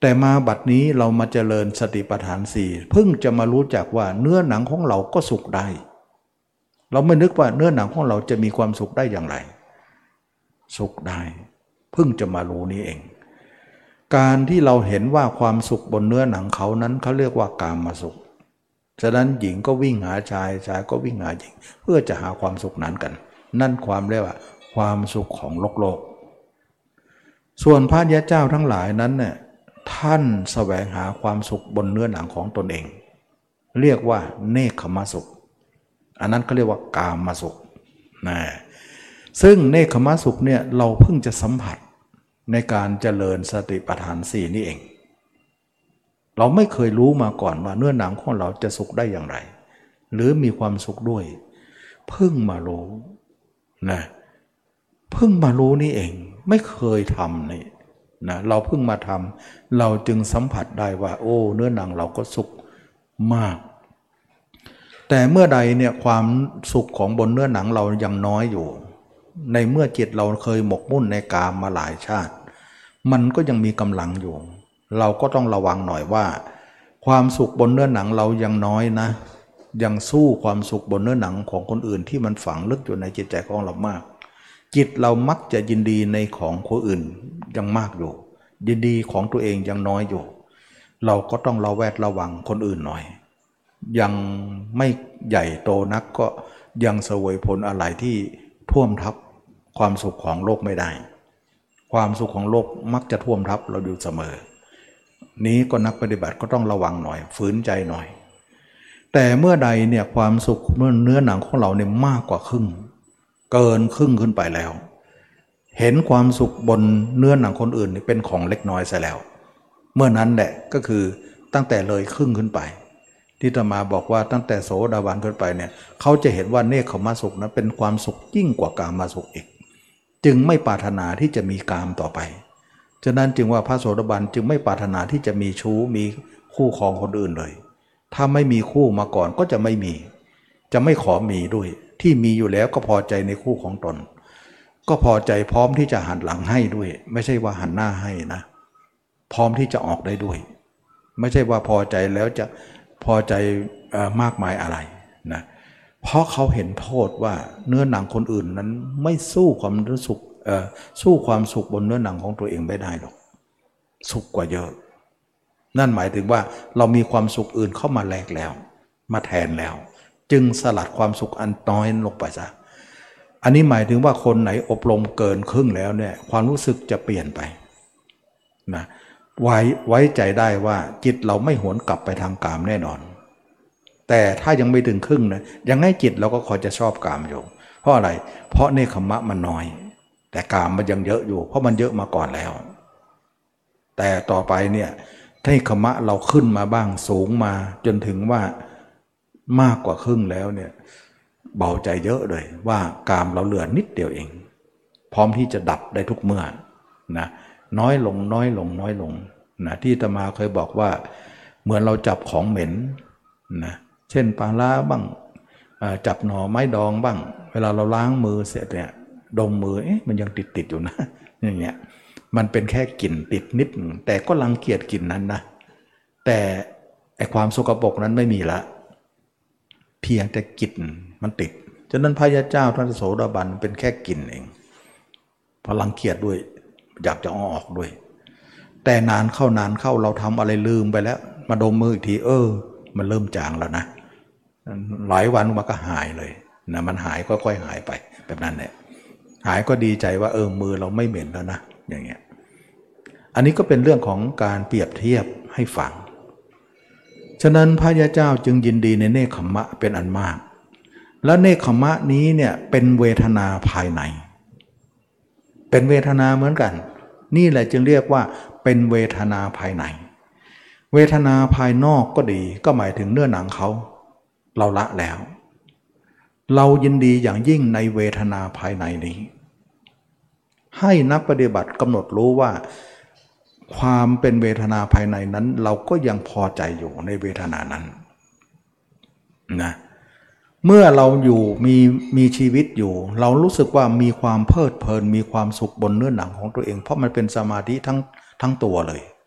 แต่มาบัดนี้เรามาเจริญสติปัฏฐานสี่เพิ่งจะมารู้จักว่าเนื้อหนังของเราก็สุขได้เราไม่นึกว่าเนื้อหนังของเราจะมีความสุขได้อย่างไรสุขได้เพิ่งจะมารู้นี้เองการที่เราเห็นว่าความสุขบนเนื้อหนังเขานั้นเขาเรียกว่ากามสุขฉะนั้นหญิงก็วิ่งหาชายชายก็วิ่งหาหญิงเพื่อจะหาความสุขนั้นกันนั่นความเรียกว่าความสุขของโลกโลกส่วนพระยาเจ้าทั้งหลายนั้นเนี่ยท่านแสวงหาความสุขบนเนื้อหนังของตนเองเรียกว่าเนคขมสุขอันนั้นก็เรียกว่ากามสุขนะซึ่งเนคขมสุขเนี่ยเราเพิ่งจะสัมผัสในการเจริญสติปัฏฐานสี่นี่เองเราไม่เคยรู้มาก่อนว่าเนื้อหนังของเราจะสุขได้อย่างไรหรือมีความสุขด้วยเพิ่งมารู้นะเพิ่งมารู้นี่เองไม่เคยทำนี่นะเราเพิ่งมาทำเราจึงสัมผัสได้ว่าโอ้เนื้อหนังเราก็สุขมากแต่เมื่อใดเนี่ยความสุขของบนเนื้อหนังเรายังน้อยอยู่ในเมื่อจิตเราเคยหมกมุ่นในกามมาหลายชาติมันก็ยังมีกำลังอยู่เราก็ต้องระวังหน่อยว่าความสุขบนเนื้อหนังเรายังน้อยนะยังสู้ความสุขบนเนื้อหนังของคนอื่นที่มันฝังลึกอยู่ในจิตใจของเรามากจิตเรามักจะยินดีในของคนอื่นยังมากอยู่ยินดีของตัวเองยังน้อยอยู่เราก็ต้องระแวดระวังคนอื่นหน่อยยังไม่ใหญ่โตนักก็ยังเสวยผลอะไรที่ท่วมทับความสุขของโลกไม่ได้ความสุขของโลกมักจะท่วมทับเราอยู่เสมอนี้ก็นักปฏิบัติก็ต้องระวังหน่อยฝืนใจหน่อยแต่เมื่อใดเนี่ยความสุขเนื้อหนังของเราเนี่ยมากกว่าครึ่งเกินครึ่งขึ้นไปแล้วเห็นความสุขบนเนื้อหนังคนอื่นนี่เป็นของเล็กน้อยซะแล้วเมื่อนั้นแหละก็คือตั้งแต่เลยครึ่งขึ้นไปที่อาตมาบอกว่าตั้งแต่โสดาบันขึ้นไปเนี่ยเขาจะเห็นว่าเนคขมสุขนั้นเป็นความสุขยิ่งกว่ากามสุขอีกจึงไม่ปรารถนาที่จะมีกามต่อไปฉะนั้นจึงว่าพระโสดาบันจึงไม่ปรารถนาที่จะมีชู้มีคู่ครองคนอื่นเลยถ้าไม่มีคู่มาก่อนก็จะไม่มีจะไม่ขอมีด้วยที่มีอยู่แล้วก็พอใจในคู่ของตนก็พอใจพร้อมที่จะหันหลังให้ด้วยไม่ใช่ว่าหันหน้าให้นะพร้อมที่จะออกได้ด้วยไม่ใช่ว่าพอใจแล้วจะพอใจมากมายอะไรนะเพราะเขาเห็นโทษว่าเนื้อหนังคนอื่นนั้นไม่สู้ความรู้สึกสู้ความสุขบนเนื้อหนังของตัวเองไม่ได้หรอกสุขกว่าเยอะนั่นหมายถึงว่าเรามีความสุขอื่นเข้ามาแลกแล้วมาแทนแล้วจึงสลัดความสุขอันน้อยลงไปซะอันนี้หมายถึงว่าคนไหนอบรมเกินครึ่งแล้วเนี่ยความรู้สึกจะเปลี่ยนไปนะไว้ไว้ใจได้ว่าจิตเราไม่หวนกลับไปทางกามแน่นอนแต่ถ้ายังไม่ถึงครึ่งนะยังให้จิตเราก็คอยจะชอบกามอยู่เพราะอะไรเพราะเนคขมะมันน้อยแต่กามมันยังเยอะอยู่เพราะมันเยอะมาก่อนแล้วแต่ต่อไปเนี่ยเนคขมะเราขึ้นมาบ้างสูงมาจนถึงว่ามากกว่าครึ่งแล้วเนี่ยเบาใจเยอะเลยว่ากามเราเหลือนิดเดียวเองพร้อมที่จะดับได้ทุกเมื่อนะน้อยลงน้อยลงน้อยลงนะที่อาตมาเคยบอกว่าเหมือนเราจับของเหม็นนะเช่นปลาร้าบ้างจับหน่อไม้ดองบ้างเวลาเราล้างมือเสร็จเนี่ยดมมือเอ๊ะมันยังติดติดอยู่นะอย่างเงี้ยมันเป็นแค่กลิ่นติดนิดแต่ก็รังเกียจกลิ่นนั้นนะแต่ไอความสกปรกนั้นไม่มีละเพียงแต่กลิ่นมันติดฉะนั้นพระยาเจ้าท่านโสดาบันเป็นแค่กลิ่นเองพอรังเกียจด้วยอยากจะเอาออกด้วยแต่นานเข้านานเข้าเราทำอะไรลืมไปแล้วมาดมมืออีกทีเออมันเริ่มจางแล้วนะหลายวันมันก็หายเลยนะมันหายค่อยๆหายไปแบบนั้นแหละหายก็ดีใจว่าเออมือเราไม่เหม็นแล้วนะอย่างเงี้ยอันนี้ก็เป็นเรื่องของการเปรียบเทียบให้ฟังฉะนั้นพระยาเจ้าจึงยินดีในเนคขมะเป็นอันมากและเนคขมะนี้เนี่ยเป็นเวทนาภายในเป็นเวทนาเหมือนกันนี่แหละจึงเรียกว่าเป็นเวทนาภายในเวทนาภายนอกก็ดีก็หมายถึงเนื้อหนังเขาเราละแล้วเรายินดีอย่างยิ่งในเวทนาภายในนี้ให้นักปฏิบัติกำหนดรู้ว่าความเป็นเวทนาภายในนั้นเราก็ยังพอใจอยู่ในเวทนานั้นนะเมื่อเราอยู่มีมีชีวิตอยู่เรารู้สึกว่ามีความเพลิดเพลินมีความสุขบนเนื้อหนังของตัวเองเพราะมันเป็นสมาธิทั้งทั้งตัวเลย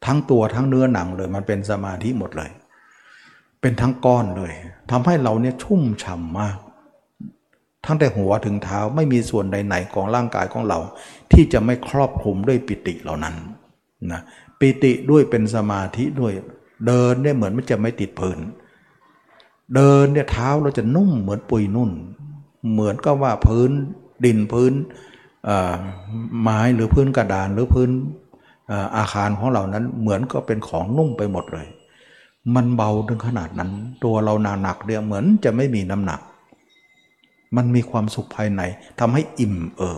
ทั้งตัวทั้งเนื้อหนังเลยมันเป็นสมาธิหมดเลยเป็นทั้งก้อนเลยทำให้เราเนี่ยชุ่มฉ่ำมากทั้งแต่หัวถึงเท้าไม่มีส่วนใดไหนของร่างกายของเราที่จะไม่ครอบคลุมด้วยปิติเหล่านั้นนะปิติด้วยเป็นสมาธิด้วยเดินเนี่ยเหมือนมันจะไม่ติดพื้นเดินเนี่ยเท้าเราจะนุ่มเหมือนปุยนุ่นเหมือนกับว่าพื้นดินพื้นไม้หรือพื้นกระดานหรือพื้นอาคารของเรานั้นเหมือนก็เป็นของนุ่มไปหมดเลยมันเบาถึงขนาดนั้นตัวเราหนักหนักเนี่ยเหมือนจะไม่มีน้ำหนักมันมีความสุขภายในทำให้อิ่มเอิบ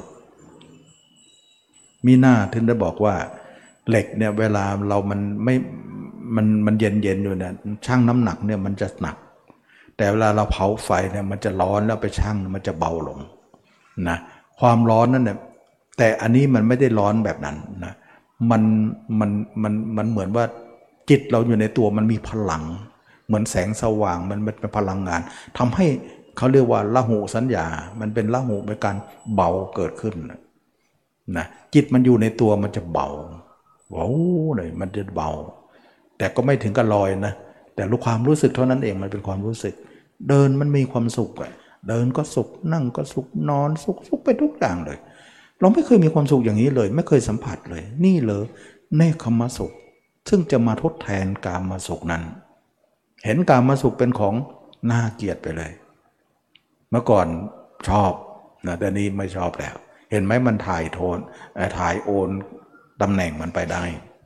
มีหน้าถึงได้บอกว่าเหล็กเนี่ยเวลาเรามันไม่มันมันเย็นเย็นอยู่เนี่ยชั่งน้ำหนักเนี่ยมันจะหนักแต่เวลาเราเผาไฟเนี่ยมันจะร้อนแล้วไปชั่งมันจะเบาลงนะความร้อนนั่นเนี่ยแต่อันนี้มันไม่ได้ร้อนแบบนั้นนะมันมันมันมันเหมือนว่าจิตเราอยู่ในตัวมันมีพลังเหมือนแสงสว่างมันเป็นพลังงานทำให้เขาเรียกว่าละหูสัญญามันเป็นละหูเป็นการเบาเกิดขึ้นนะจิตมันอยู่ในตัวมันจะเบาว้าวเลยมันจะเบาแต่ก็ไม่ถึงกับลอยนะแต่รู้ความรู้สึกเท่านั้นเองมันเป็นความรู้สึกเดินมันมีความสุขอะเดินก็สุขนั่งก็สุขนอนสุขสุขไปทุกอย่างเลยเราไม่เคยมีความสุขอย่างนี้เลยไม่เคยสัมผัสเลยนี่เลยเนคขมสุขซึ่งจะมาทดแทนกามสุขนั้นเห็นกามสุขเป็นของน่าเกลียดไปเลยเมื่อก่อนชอบนะแต่นี้ไม่ชอบแล้วเห็นไหมมันถ่ายโทนถ่ายโอนตำแหน่งมันไปได้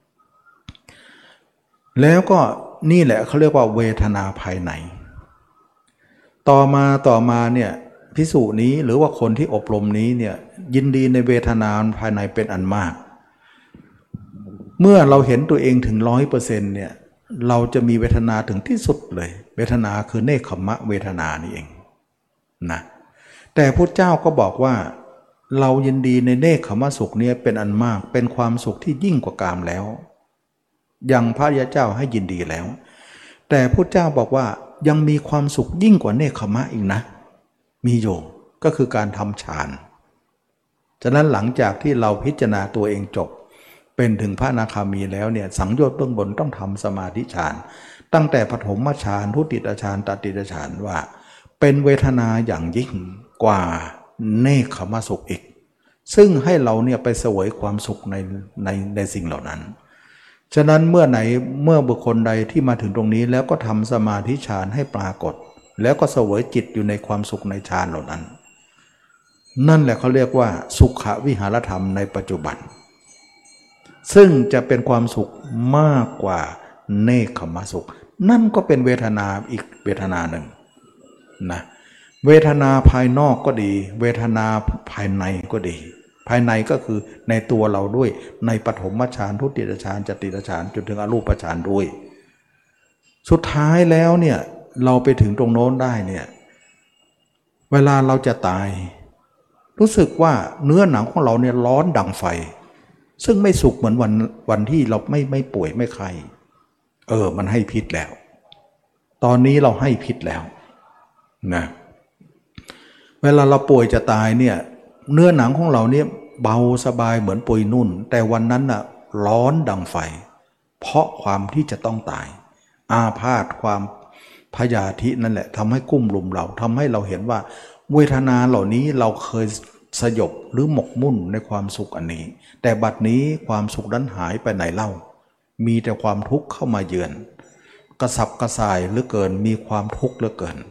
แล้วก็นี่แหละเขาเรียกว่าเวทนาภายในต่อมาต่อมาเนี่ยภิกษุนี้หรือว่าคนที่อบรมนี้เนี่ยยินดีในเวทนาภายในเป็นอันมากเมื่อเราเห็นตัวเองถึงร้อยเปอร์เซ็นต์เนี่ยเราจะมีเวทนาถึงที่สุดเลยเวทนาคือเนคขมะเวทนานี่เองนะแต่พุทธเจ้าก็บอกว่าเรายินดีในเนคขมสุขเนี่ยเป็นอันมากเป็นความสุขที่ยิ่งกว่ากามแล้วยังพระยาเจ้าให้ยินดีแล้วแต่พุทธเจ้าบอกว่ายังมีความสุขยิ่งกว่าเนคขมะอีกนะมีอยู่ก็คือการทำฌานฉะนั้นหลังจากที่เราพิจารณาตัวเองจบเป็นถึงพระอนาคามีแล้วเนี่ยสังโยชน์เบื้องบนต้องทำสมาธิฌานตั้งแต่ปฐมฌานทุติยฌานตติยฌานว่าเป็นเวทนาอย่างยิ่งกว่าเนคขมสุขอีกซึ่งให้เราเนี่ยไปเสวยความสุขในในในสิ่งเหล่านั้นฉะนั้นเมื่อไหนเมื่อบุคคลใดที่มาถึงตรงนี้แล้วก็ทำสมาธิฌานให้ปรากฏแล้วก็เสวยจิตอยู่ในความสุขในฌานเหล่านั้นนั่นแหละเขาเรียกว่าสุขวิหารธรรมในปัจจุบันซึ่งจะเป็นความสุขมากกว่าเนคขมสุขนั่นก็เป็นเวทนาอีกเวทนาหนึ่งนะเวทนาภายนอกก็ดีเวทนาภายในก็ดีภายในก็คือในตัวเราด้วยในปฐมฌานทุติยฌานจตุตฌานจนถึงอรูปฌานด้วยสุดท้ายแล้วเนี่ยเราไปถึงตรงโน้นได้เนี่ยเวลาเราจะตายรู้สึกว่าเนื้อหนังของเราเนี่ยร้อนดังไฟซึ่งไม่สุขเหมือนวันวันที่เราไม่ไม่ป่วยไม่ไข้เออมันให้พิษแล้วตอนนี้เราให้พิษแล้วนะเวลาเราป่วยจะตายเนี่ยเนื้อหนังของเราเนี่ยเบาสบายเหมือนปุยนุ่นแต่วันนั้นน่ะร้อนดังไฟเพราะความที่จะต้องตายอาพาธความพยาธินั่นแหละทำให้กุ้มลุมเราทำให้เราเห็นว่าเวทนาเหล่านี้เราเคยสยบหรือหมกมุ่นในความสุขอันนี้แต่บัดนี้ความสุขนั้นหายไปไหนเล่ามีแต่ความทุกข์เข้ามาเยือนกระสับกระส่ายเหลือเกินมีความทุกข์เหลือเกิน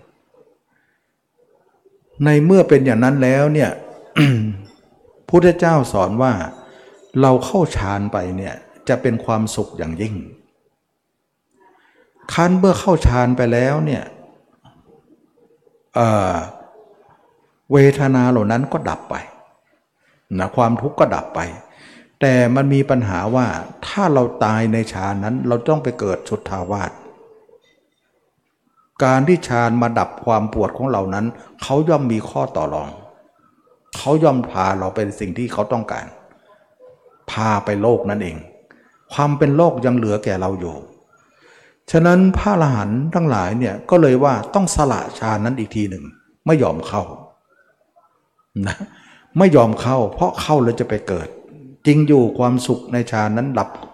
ในเมื่อเป็นอย่างนั้นแล้วเนี่ย พุทธเจ้าสอนว่าเราเข้าฌานไปเนี่ยจะเป็นความสุขอย่างยิ่งคันเมื่อเข้าฌานไปแล้วเนี่ยเอ่อเวทนาเหล่านั้นก็ดับไปนะความทุกข์ก็ดับไปแต่มันมีปัญหาว่าถ้าเราตายในฌานนั้นเราต้องไปเกิดสุทธาวาสการที่ฌานมาดับความปวดของเรานั้นเขาย่อมมีข้อต่อรองเขาย่อมพาเราไปสิ่งที่เขาต้องการพาไปโลกนั่นเองความเป็นโลกยังเหลือแก่เราอยู่ฉะนั้นพระอรหันต์ทั้งหลายเนี่ยก็เลยว่าต้องสละฌานนั้นอีกทีหนึ่งไม่ยอมเข้านะไม่ยอมเข้าเพราะเข้าแล้วจะไปเกิดจริงอยู่ความสุขในฌานนั้นดับ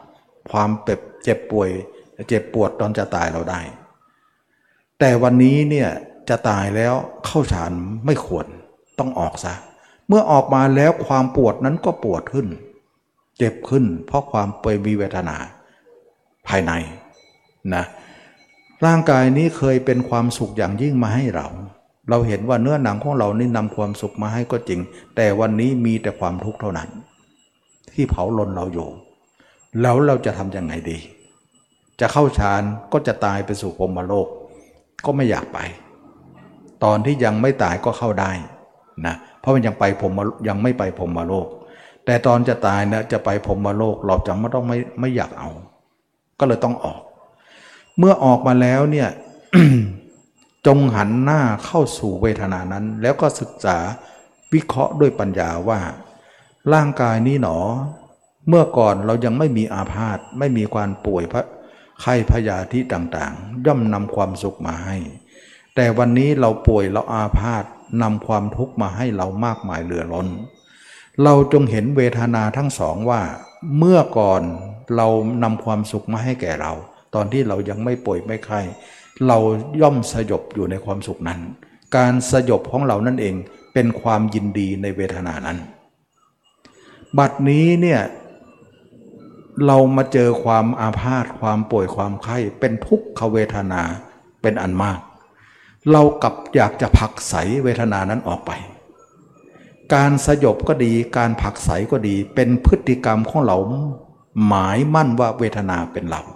ความเจ็บป่วยเจ็บปวดตอนจะตายเราได้แต่วันนี้เนี่ยจะตายแล้วเข้าฌานไม่ควรต้องออกซะเมื่อออกมาแล้วความปวดนั้นก็ปวดขึ้นเจ็บขึ้นเพราะความเปยมีเวทนาภายในนะร่างกายนี้เคยเป็นความสุขอย่างยิ่งมาให้เราเราเห็นว่าเนื้อหนังของเรานี่นำความสุขมาให้ก็จริงแต่วันนี้มีแต่ความทุกข์เท่านั้นที่เผาลนเราอยู่แล้วเราจะทำยังไงดีจะเข้าฌานก็จะตายไปสู่พรหมโลกก็ไม่อยากไปตอนที่ยังไม่ตายก็เข้าได้นะเพราะมันยังไปพรหมยังไม่ไปพรหมโลกแต่ตอนจะตายนะจะไปพรหมโลกเราจะไม่ต้องไม่ไม่อยากเอาก็เลยต้องออกเมื่อออกมาแล้วเนี่ย จงหันหน้าเข้าสู่เวทนานั้นแล้วก็ศึกษาวิเคราะห์ด้วยปัญญาว่าร่างกายนี้หนอเมื่อก่อนเรายังไม่มีอาพาธไม่มีความป่วยพระไข้พยาธิต่างๆย่อมนำความสุขมาให้แต่วันนี้เราป่วยเราอาพาธนำความทุกข์มาให้เรามากมายเหลือล้นเราจงเห็นเวทนาทั้งสองว่าเมื่อก่อนเรานำความสุขมาให้แก่เราตอนที่เรายังไม่ป่วยไม่ไข้เราย่อมสยบอยู่ในความสุขนั้นการสยบของเรานั่นเองเป็นความยินดีในเวทนานั้นบัดนี้เนี่ยเรามาเจอความอาพาธความป่วยความไข้เป็นทุกขเวทนาเป็นอันมากเรากลับอยากจะผลักไสเวทนานั้นออกไปการสยบก็ดีการผลักไสก็ดีเป็นพฤติกรรมของเราหมายมั่นว่าเวทนาเป็นเรา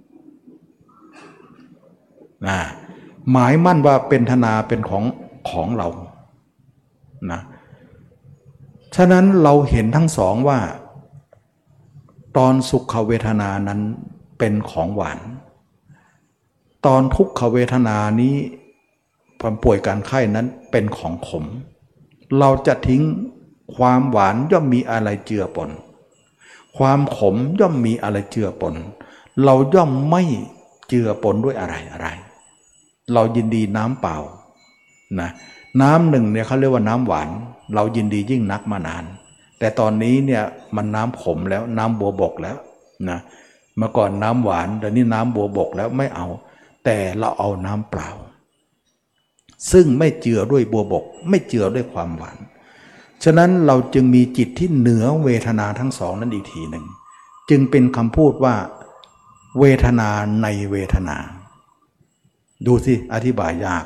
นะหมายมั่นว่าเป็นธนาเป็นของของเรานะฉะนั้นเราเห็นทั้งสองว่าตอนสุขเวทนานั้นเป็นของหวานตอนทุกขเวทนานี้ความป่วยการไข้นั้นเป็นของขมเราจะทิ้งความหวานย่อมมีอะไรเจือปนความขมย่อมมีอะไรเจือปนเราย่อมไม่เจือปนด้วยอะไรอะไรเรายินดีน้ำเปล่านะน้ำหนึ่งเนี่ยเขาเรียกว่าน้ำหวานเรายินดียิ่งนักมานานแต่ตอนนี้เนี่ยมันน้ำขมแล้วน้ำบัวบกแล้วนะเมื่อก่อนน้ำหวานแต่นี่น้ำบัวบกแล้วไม่เอาแต่เราเอาน้ำเปล่าซึ่งไม่เจือด้วยบัวบกไม่เจือด้วยความหวานฉะนั้นเราจึงมีจิตที่เหนือเวทนาทั้งสองนั้นอีกทีหนึ่งจึงเป็นคำพูดว่าเวทนาในเวทนาดูสิอธิบายยาก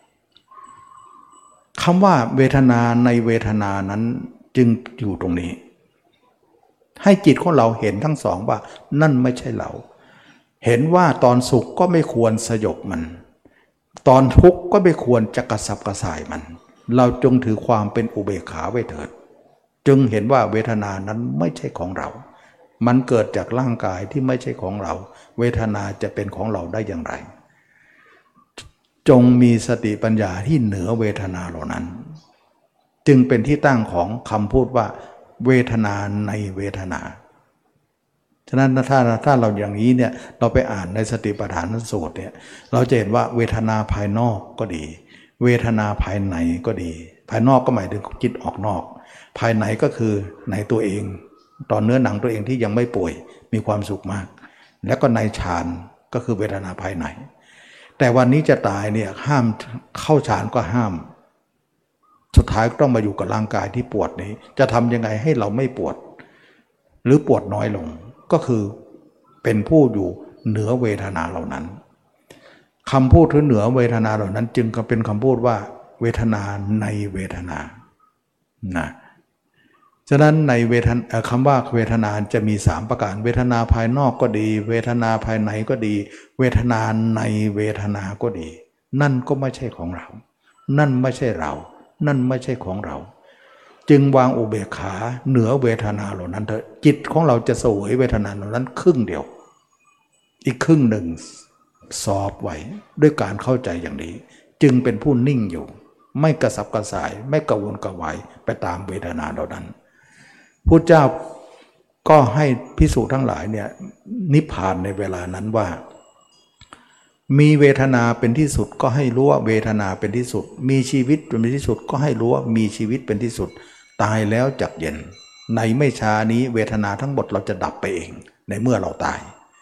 คำว่าเวทนาในเวทนานั้นจึงอยู่ตรงนี้ให้จิตของเราเห็นทั้งสองว่านั่นไม่ใช่เราเห็นว่าตอนสุขก็ไม่ควรสยบมันตอนทุกข์ก็ไม่ควรจะกระสับกระส่ายมันเราจงถือความเป็นอุเบกขาไว้เถิดจึงเห็นว่าเวทนานั้นไม่ใช่ของเรามันเกิดจากร่างกายที่ไม่ใช่ของเราเวทนาจะเป็นของเราได้อย่างไรจงมีสติปัญญาที่เหนือเวทนาเหล่านั้นจึงเป็นที่ตั้งของคำพูดว่าเวทนาในเวทนาฉะนั้นถ้าถ้าเราอย่างนี้เนี่ยเราไปอ่านในสติปัฏฐานสูตรเนี่ยเราจะเห็นว่าเวทนาภายนอกก็ดีเวทนาภายในก็ดีภายนอกก็หมายถึงจิตออกนอกภายในก็คือในตัวเองตอนเนื้อหนังตัวเองที่ยังไม่ป่วยมีความสุขมากแล้วก็ในฌานก็คือเวทนาภายในแต่วันนี้จะตายเนี่ยห้ามเข้าฌานก็ห้ามสุดท้ายก็ต้องมาอยู่กับร่างกายที่ปวดนี้จะทำยังไงให้เราไม่ปวดหรือปวดน้อยลงก็คือเป็นผู้อยู่เหนือเวทนาเหล่านั้นคำพูดที่เหนือเวทนาเหล่านั้นจึงเป็นคำพูดว่าเวทนาในเวทนานะฉะนั้นในเวทนาคำว่าเวทนาจะมีสามประการเวทนาภายนอกก็ดีเวทนาภายในก็ดีเวทนาในเวทนาก็ดีนั่นก็ไม่ใช่ของเรานั่นไม่ใช่เรานั่นไม่ใช่ของเราจึงวางอุเบกขาเหนือเวทนาเหล่านั้นเถอะจิตของเราจะเสวยเวทนาเหล่านั้นครึ่งเดียวอีกครึ่งหนึ่งสอบไว้ด้วยการเข้าใจอย่างนี้จึงเป็นผู้นิ่งอยู่ไม่กระสับกระส่ายไม่กระวนกระวายไปตามเวทนาเหล่านั้นพุทธเจ้าก็ให้ภิกษุทั้งหลายเนี่ยนิพพานในเวลานั้นว่ามีเวทนาเป็นที่สุดก็ให้รู้ว่าเวทนาเป็นที่สุดมีชีวิตเป็นที่สุดก็ให้รู้ว่ามีชีวิตเป็นที่สุดตายแล้วจักเย็นในไม่ช้านี้เวทนาทั้งหมดเราจะดับไปเองในเมื่อเราตาย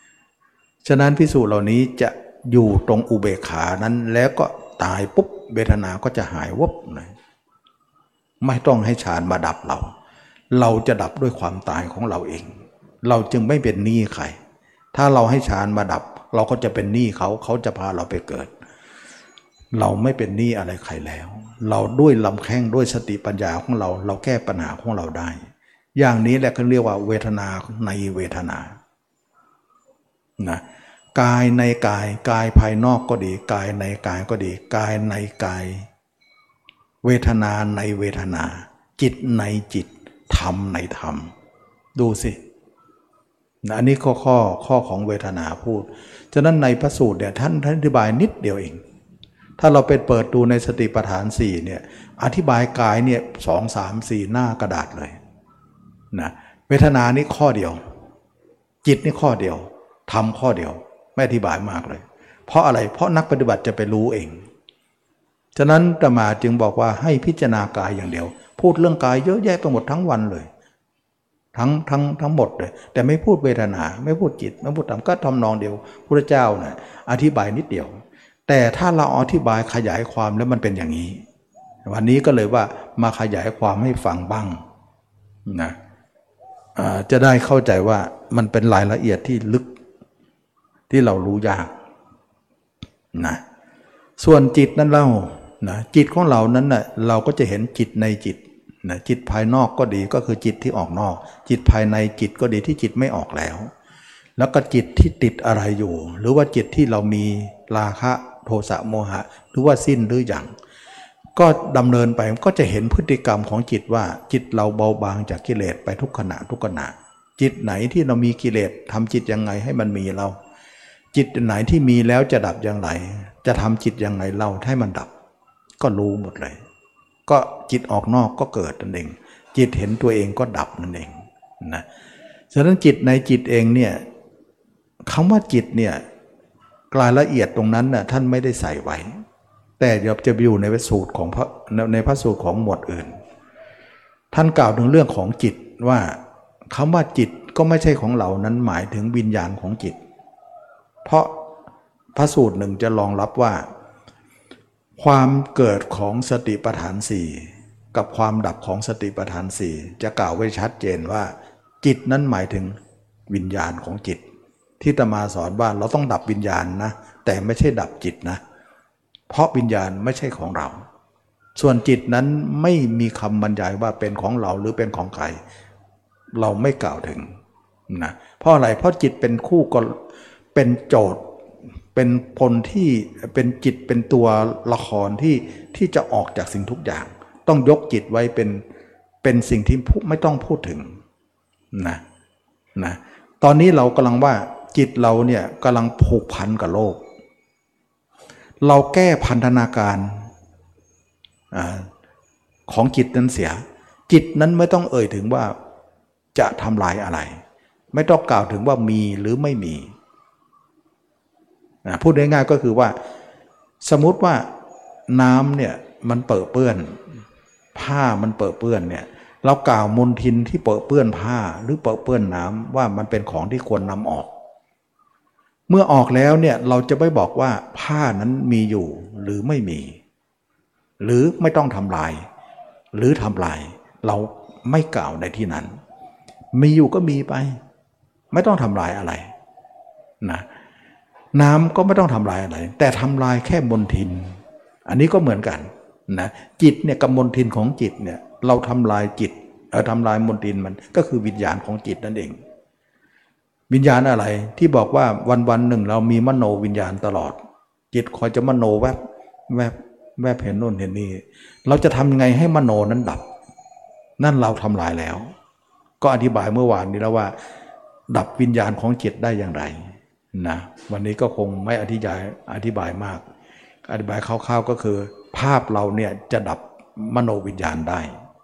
ฉะนั้นภิกษุเหล่านี้จะอยู่ตรงอุเบกขานั้นแล้วก็ตายปุ๊บเวทนาก็จะหายวับเลยไม่ต้องให้ฌานมาดับเราเราจะดับด้วยความตายของเราเองเราจึงไม่เป็นหนี้ใครถ้าเราให้ฌานมาดับเราก็จะเป็นหนี้เขาเขาจะพาเราไปเกิดเราไม่เป็นหนี้อะไรใครแล้วเราด้วยลำแข้งด้วยสติปัญญาของเราเราแก้ปัญหาของเราได้อย่างนี้แหละเขาเรียกว่าเวทนาในเวทนานะกายในกายกายภายนอกก็ดีกายในกายก็ดีกายในกายเวทนาในเวทนาจิตในจิตธรรมในธรรมดูสินะอันนี้ข้อข้อข้อของเวทนาพูดฉะนั้นในพระสูตรเนี่ยท่านท่านอธิบายนิดเดียวเองถ้าเราไปเปิดดูในสติปัฏฐานสี่เนี่ยอธิบายกายเนี่ยสองสามสี่หน้ากระดาษเลยนะเวทนานี่ข้อเดียวจิตนี่ข้อเดียวธรรมข้อเดียวไม่อธิบายมากเลยเพราะอะไรเพราะนักปฏิบัติจะไปรู้เองฉะนั้นอาตมาจึงบอกว่าให้พิจารณากายอย่างเดียวพูดเรื่องกายเยอะแยะไปหมดทั้งวันเลยทั้งทั้งทั้งหมดเลยแต่ไม่พูดเวทนาไม่พูดจิตไม่พูดธรรมก็ทำนองเดียวพระเจ้าเนี่ยอธิบายนิดเดียวแต่ถ้าเราอธิบายขยายความแล้วมันเป็นอย่างนี้วันนี้ก็เลยว่ามาขยายความให้ฟังบ้างนะจะได้เข้าใจว่ามันเป็นรายละเอียดที่ลึกที่เรารู้ยากนะส่วนจิตนั้นเล่านะจิตของเรานั้นนะเราก็จะเห็นจิตในจิตนะจิตภายนอกก็ดีก็คือจิตที่ออกนอกจิตภายในจิตก็ดีที่จิตไม่ออกแล้วแล้วก็จิตที่ติดอะไรอยู่หรือว่าจิตที่เรามีราคะโทสะโมหะหรือว่าสิ้นหรืออย่างก็ดำเนินไปก็จะเห็นพฤติกรรมของจิตว่าจิตเราเบาบางจากกิเลสไปทุกขณะทุกขณะจิตไหนที่เรามีกิเลสทำจิตยังไงให้มันมีเราจิตไหนที่มีแล้วจะดับอย่างไรจะทำจิตยังไงเล่าให้มันดับก็รู้หมดเลยก็จิตออกนอกก็เกิดนั่นเองจิตเห็นตัวเองก็ดับนั่นเองนะฉะนั้นจิตในจิตเองเนี่ยคำว่าจิตเนี่ยรายละเอียดตรงนั้นน่ะท่านไม่ได้ใส่ไว้แต่เดี๋ยวจะไปอยู่ในพระสูตรของพระในพระสูตรของหมวดอื่นท่านกล่าวถึงเรื่องของจิตว่าคำว่าจิตก็ไม่ใช่ของเรานั้นหมายถึงวิญญาณของจิตเพราะพระสูตรหนึ่งจะรองรับว่าความเกิดของสติปัฏฐานสี่กับความดับของสติปัฏฐานสี่จะกล่าวไว้ชัดเจนว่าจิตนั้นหมายถึงวิญญาณของจิตที่อาตมาสอนว่าเราต้องดับวิญญาณนะแต่ไม่ใช่ดับจิตนะเพราะวิญญาณไม่ใช่ของเราส่วนจิตนั้นไม่มีคำบรรยายว่าเป็นของเราหรือเป็นของใครเราไม่กล่าวถึงนะเพราะอะไรเพราะจิตเป็นคู่ก็เป็นโจทย์เป็นพลที่เป็นจิตเป็นตัวละครที่ที่จะออกจากสิ่งทุกอย่างต้องยกจิตไว้เป็นเป็นสิ่งที่ไม่ต้องพูดถึงนะนะตอนนี้เรากำลังว่าจิตเราเนี่ยกำลังผูกพันกับโลกเราแก้พันธนาการของจิตนั้นเสียจิตนั้นไม่ต้องเอ่ยถึงว่าจะทำลายอะไรไม่ต้องกล่าวถึงว่ามีหรือไม่มีพูดง่ายๆก็คือว่าสมมุติว่าน้ำเนี่ยมันเปื้อนเปื้อนผ้ามันเปื้อนเปื้อนเนี่ยเรากล่าวมลทินที่เปื้อนเปื้อนผ้าหรือเปื้อนเปื้อนน้ำว่ามันเป็นของที่ควรนำออกเมื่อออกแล้วเนี่ยเราจะไม่บอกว่าผ้านั้นมีอยู่หรือไม่มีหรือไม่ต้องทำลายหรือทำลายเราไม่กล่าวในที่นั้นมีอยู่ก็มีไปไม่ต้องทำลายอะไรนะน้ำก็ไม่ต้องทำลายอะไรแต่ทำลายแค่มลทินอันนี้ก็เหมือนกันนะจิตเนี่ยกับมลทินของจิตเนี่ยเราทำลายจิตเออทำลายมลทินมันก็คือวิญญาณของจิตนั่นเองวิญญาณอะไรที่บอกว่าวันวันหนึ่งเรามีมโนวิญญาณตลอดจิตคอยจะมโนแวบแวบแวบเห็นโน่นเห็นนี่เราจะทำยังไงให้มโนนั้นดับนั่นเราทำลายแล้วก็อธิบายเมื่อวานนี้แล้วว่าดับวิญญาณของจิตได้อย่างไรนะวันนี้ก็คงไม่อธิบายอธิบายมากอธิบายคร่าวๆก็คือภาพเราเนี่ยจะดับมโนวิญญาณได้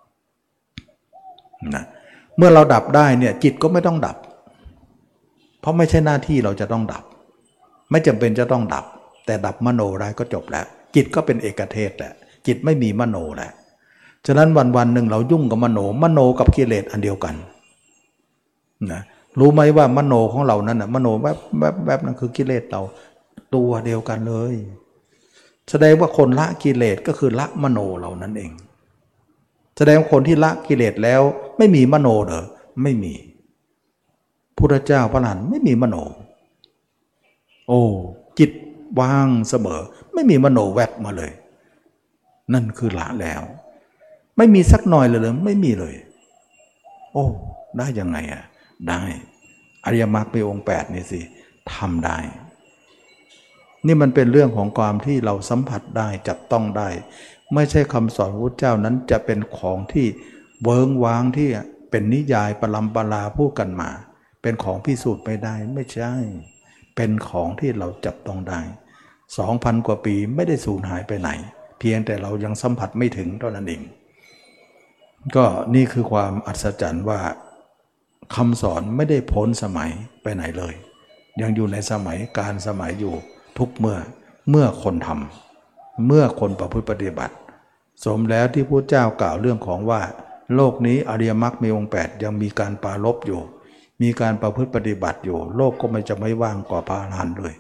นะเมื่อเราดับได้เนี่ยจิตก็ไม่ต้องดับเพราะไม่ใช่หน้าที่เราจะต้องดับไม่จำเป็นจะต้องดับแต่ดับมโนได้ก็จบแล้วจิตก็เป็นเอกเทศแหละจิตไม่มีมโนแหละฉะนั้นวันๆหนึ่งเรายุ่งกับมโนมโนกับกิเลสอันเดียวกันนะรู้ไหมว่ามโนของเรานั้นนะมโนแวบแวบแวบนั่นคือกิเลสเราตัวเดียวกันเลยแสดงว่าคนละกิเลสก็คือละมโนเรานั่นเองแสดงว่าคนที่ละกิเลสแล้วไม่มีมโนเหรอไม่มีพุทธเจ้าพระอรหันต์ไม่มีมโนโอ้จิตว่างเสมอไม่มีมโนแวบมาเลยนั่นคือละแล้วไม่มีสักหน่อยเลยเลยไม่มีเลยโอ้ได้ยังไงอ่ะได้อริยมรรคมีองค์แปดนี่สิทำได้นี่มันเป็นเรื่องของความที่เราสัมผัสได้จับต้องได้ไม่ใช่คำสอนพระพุทธเจ้านั้นจะเป็นของที่เวิ้งว้างที่เป็นนิยายปรำปราพูดกันมาเป็นของพิสูจน์ไม่ได้ไม่ใช่เป็นของที่เราจับต้องได้ สองพัน กว่าปีไม่ได้สูญหายไปไหนเพียงแต่เรายังสัมผัสไม่ถึงเท่านั้นเองก็นี่คือความอัศจรรย์ว่าคำสอนไม่ได้พ้นสมัยไปไหนเลยยังอยู่ในสมัยการสมัยอยู่ทุกเมื่อเมื่อคนทำเมื่อคนประพฤติปฏิบัติสมแล้วที่พระเจ้ากล่าวเรื่องของว่าโลกนี้อริยมรรคมีองค์แปดยังมีการปรารภอยู่มีการประพฤติปฏิบัติอยู่โลกก็ไม่จะไม่ว่างกว่าพระอรหันต์เลย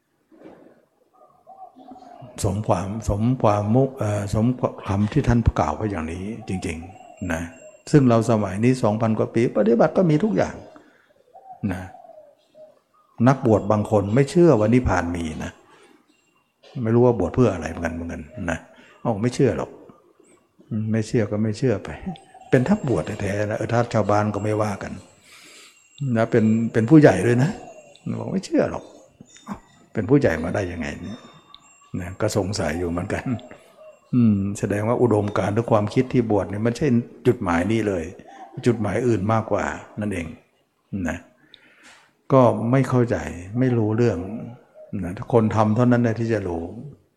สมความสมความมุกสมคำที่ท่านกล่าวไว้อย่างนี้จริงๆนะซึ่งเราสมัยนี้ สองพัน กว่าปีปฏิบัติก็มีทุกอย่างนะนักบวชบางคนไม่เชื่อว่านิพพานมีนะไม่รู้ว่าบวชเพื่ออะไรเหมือนกันเหมือนกันนะอ๋อไม่เชื่อหรอกไม่เชื่อก็ไม่เชื่อไปเป็นทักบวชแท้ๆนะเออถ้าชาวบ้านก็ไม่ว่ากันนะเป็นเป็นผู้ใหญ่ด้วยนะบอกไม่เชื่อหรอกเป็นผู้ใหญ่มาได้ยังไงเนี่ยนะก็สงสัยอยู่เหมือนกันอืมแสดงว่าอุดมการณ์หรือความคิดที่บวชเนี่ยมันใช่จุดหมายนี้เลยจุดหมายอื่นมากกว่านั่นเองนะก็ไม่เข้าใจไม่รู้เรื่องนะคนทำเท่านั้นที่จะรู้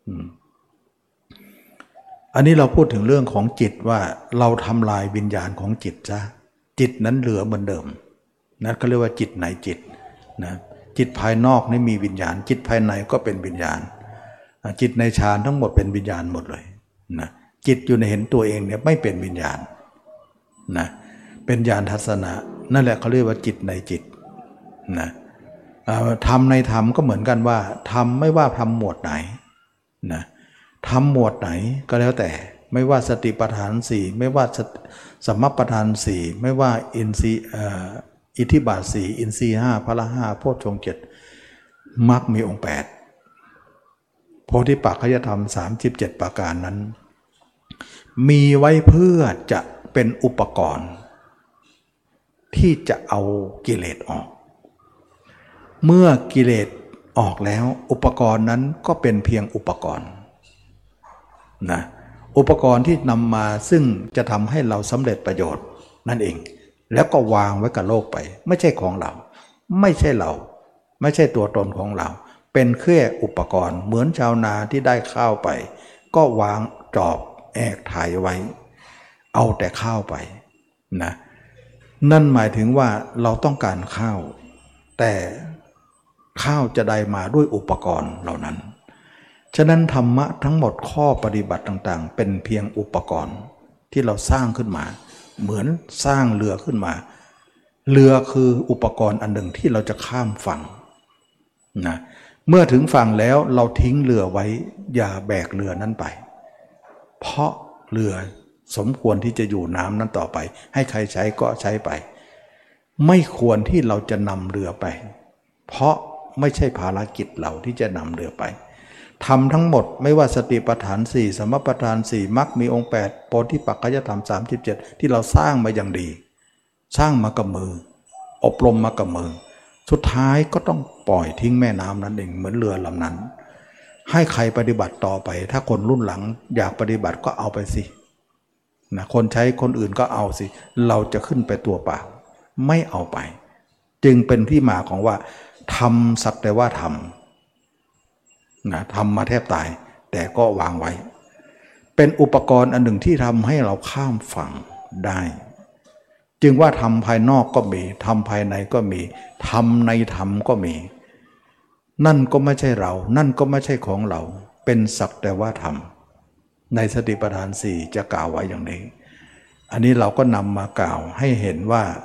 อันนี้เราพูดถึงเรื่องของจิตว่าเราทำลายวิญญาณของจิตซะจิตนั้นเหลือเหมือนเดิมนะเขาเรียกว่าจิตไหนจิตนะจิตภายนอกนี่มีวิญญาณจิตภายในก็เป็นวิญญาณจิตในฌานทั้งหมดเป็นวิญญาณหมดเลยนะจิตอยู่ในเห็นตัวเองเนี่ยไม่เป็นวิญญาณนะเป็นญาณทัศนะนั่นแหละเขาเรียกว่าจิตในจิตนะธรรมในธรรมก็เหมือนกันว่าธรรมไม่ว่าธรรมหมวดไหนนะธรรมหมวดไหนก็แล้วแต่ไม่ว่าสติปัฏฐานสี่ไม่ว่าสัมมัปปทานสี่ไม่ว่าอินทรีย์อิทธิบาทสี่อินทรีย์ห้าพละห้าโพชฌงค์เจ็ดมรรคมีองค์แปดโพธิปักขยธรรมสามสิบเจ็ดประการนั้นมีไว้เพื่อจะเป็นอุปกรณ์ที่จะเอากิเลสออกเมื่อกิเลสออกแล้วอุปกรณ์นั้นก็เป็นเพียงอุปกรณ์นะอุปกรณ์ที่นำมาซึ่งจะทำให้เราสำเร็จประโยชน์นั่นเองแล้วก็วางไว้กับโลกไปไม่ใช่ของเราไม่ใช่เราไม่ใช่ตัวตนของเราเป็นแค่อุปกรณ์เหมือนชาวนาที่ได้ข้าวไปก็วางจอบแอกไถไว้เอาแต่ข้าวไปนะนั่นหมายถึงว่าเราต้องการข้าวแต่ข้าวจะได้มาด้วยอุปกรณ์เหล่านั้นฉะนั้นธรรมะทั้งหมดข้อปฏิบัติต่างๆเป็นเพียงอุปกรณ์ที่เราสร้างขึ้นมาเหมือนสร้างเรือขึ้นมาเรือคืออุปกรณ์อันหนึ่งที่เราจะข้ามฝั่งนะเมื่อถึงฝั่งแล้วเราทิ้งเรือไว้อย่าแบกเรือนั้นไปเพราะเรือสมควรที่จะอยู่น้ำนั้นต่อไปให้ใครใช้ก็ใช้ไปไม่ควรที่เราจะนำเรือไปเพราะไม่ใช่ภารกิจเราที่จะนำเรือไปทำทั้งหมดไม่ว่าสติปัฏฐานสี่สัมมาปัฏฐานสี่มรรคมีองค์แปดโพธิปักขยธรรมสามสิบเจ็ดที่เราสร้างมาอย่างดีสร้างมากับมืออบรมมากับมือสุดท้ายก็ต้องปล่อยทิ้งแม่น้ำนั้นเองเหมือนเรือลำนั้นให้ใครปฏิบัติต่อไปถ้าคนรุ่นหลังอยากปฏิบัติก็เอาไปสินะคนใช้คนอื่นก็เอาสิเราจะขึ้นไปตัวเปล่าไม่เอาไปจึงเป็นที่มาของว่าทำสักแต่ว่าทำนะทำมาแทบตายแต่ก็วางไว้เป็นอุปกรณ์อันหนึ่งที่ทำให้เราข้ามฝั่งได้จึงว่าทำภายนอกก็มีทำภายในก็มีทำในธรรมก็มีนั่นก็ไม่ใช่เรานั่นก็ไม่ใช่ของเราเป็นสักแต่ว่าธรรมในสติปัฏฐานสี่จะกล่าวไว้อย่างนี้อันนี้เราก็นำมากล่าวให้เห็นว่า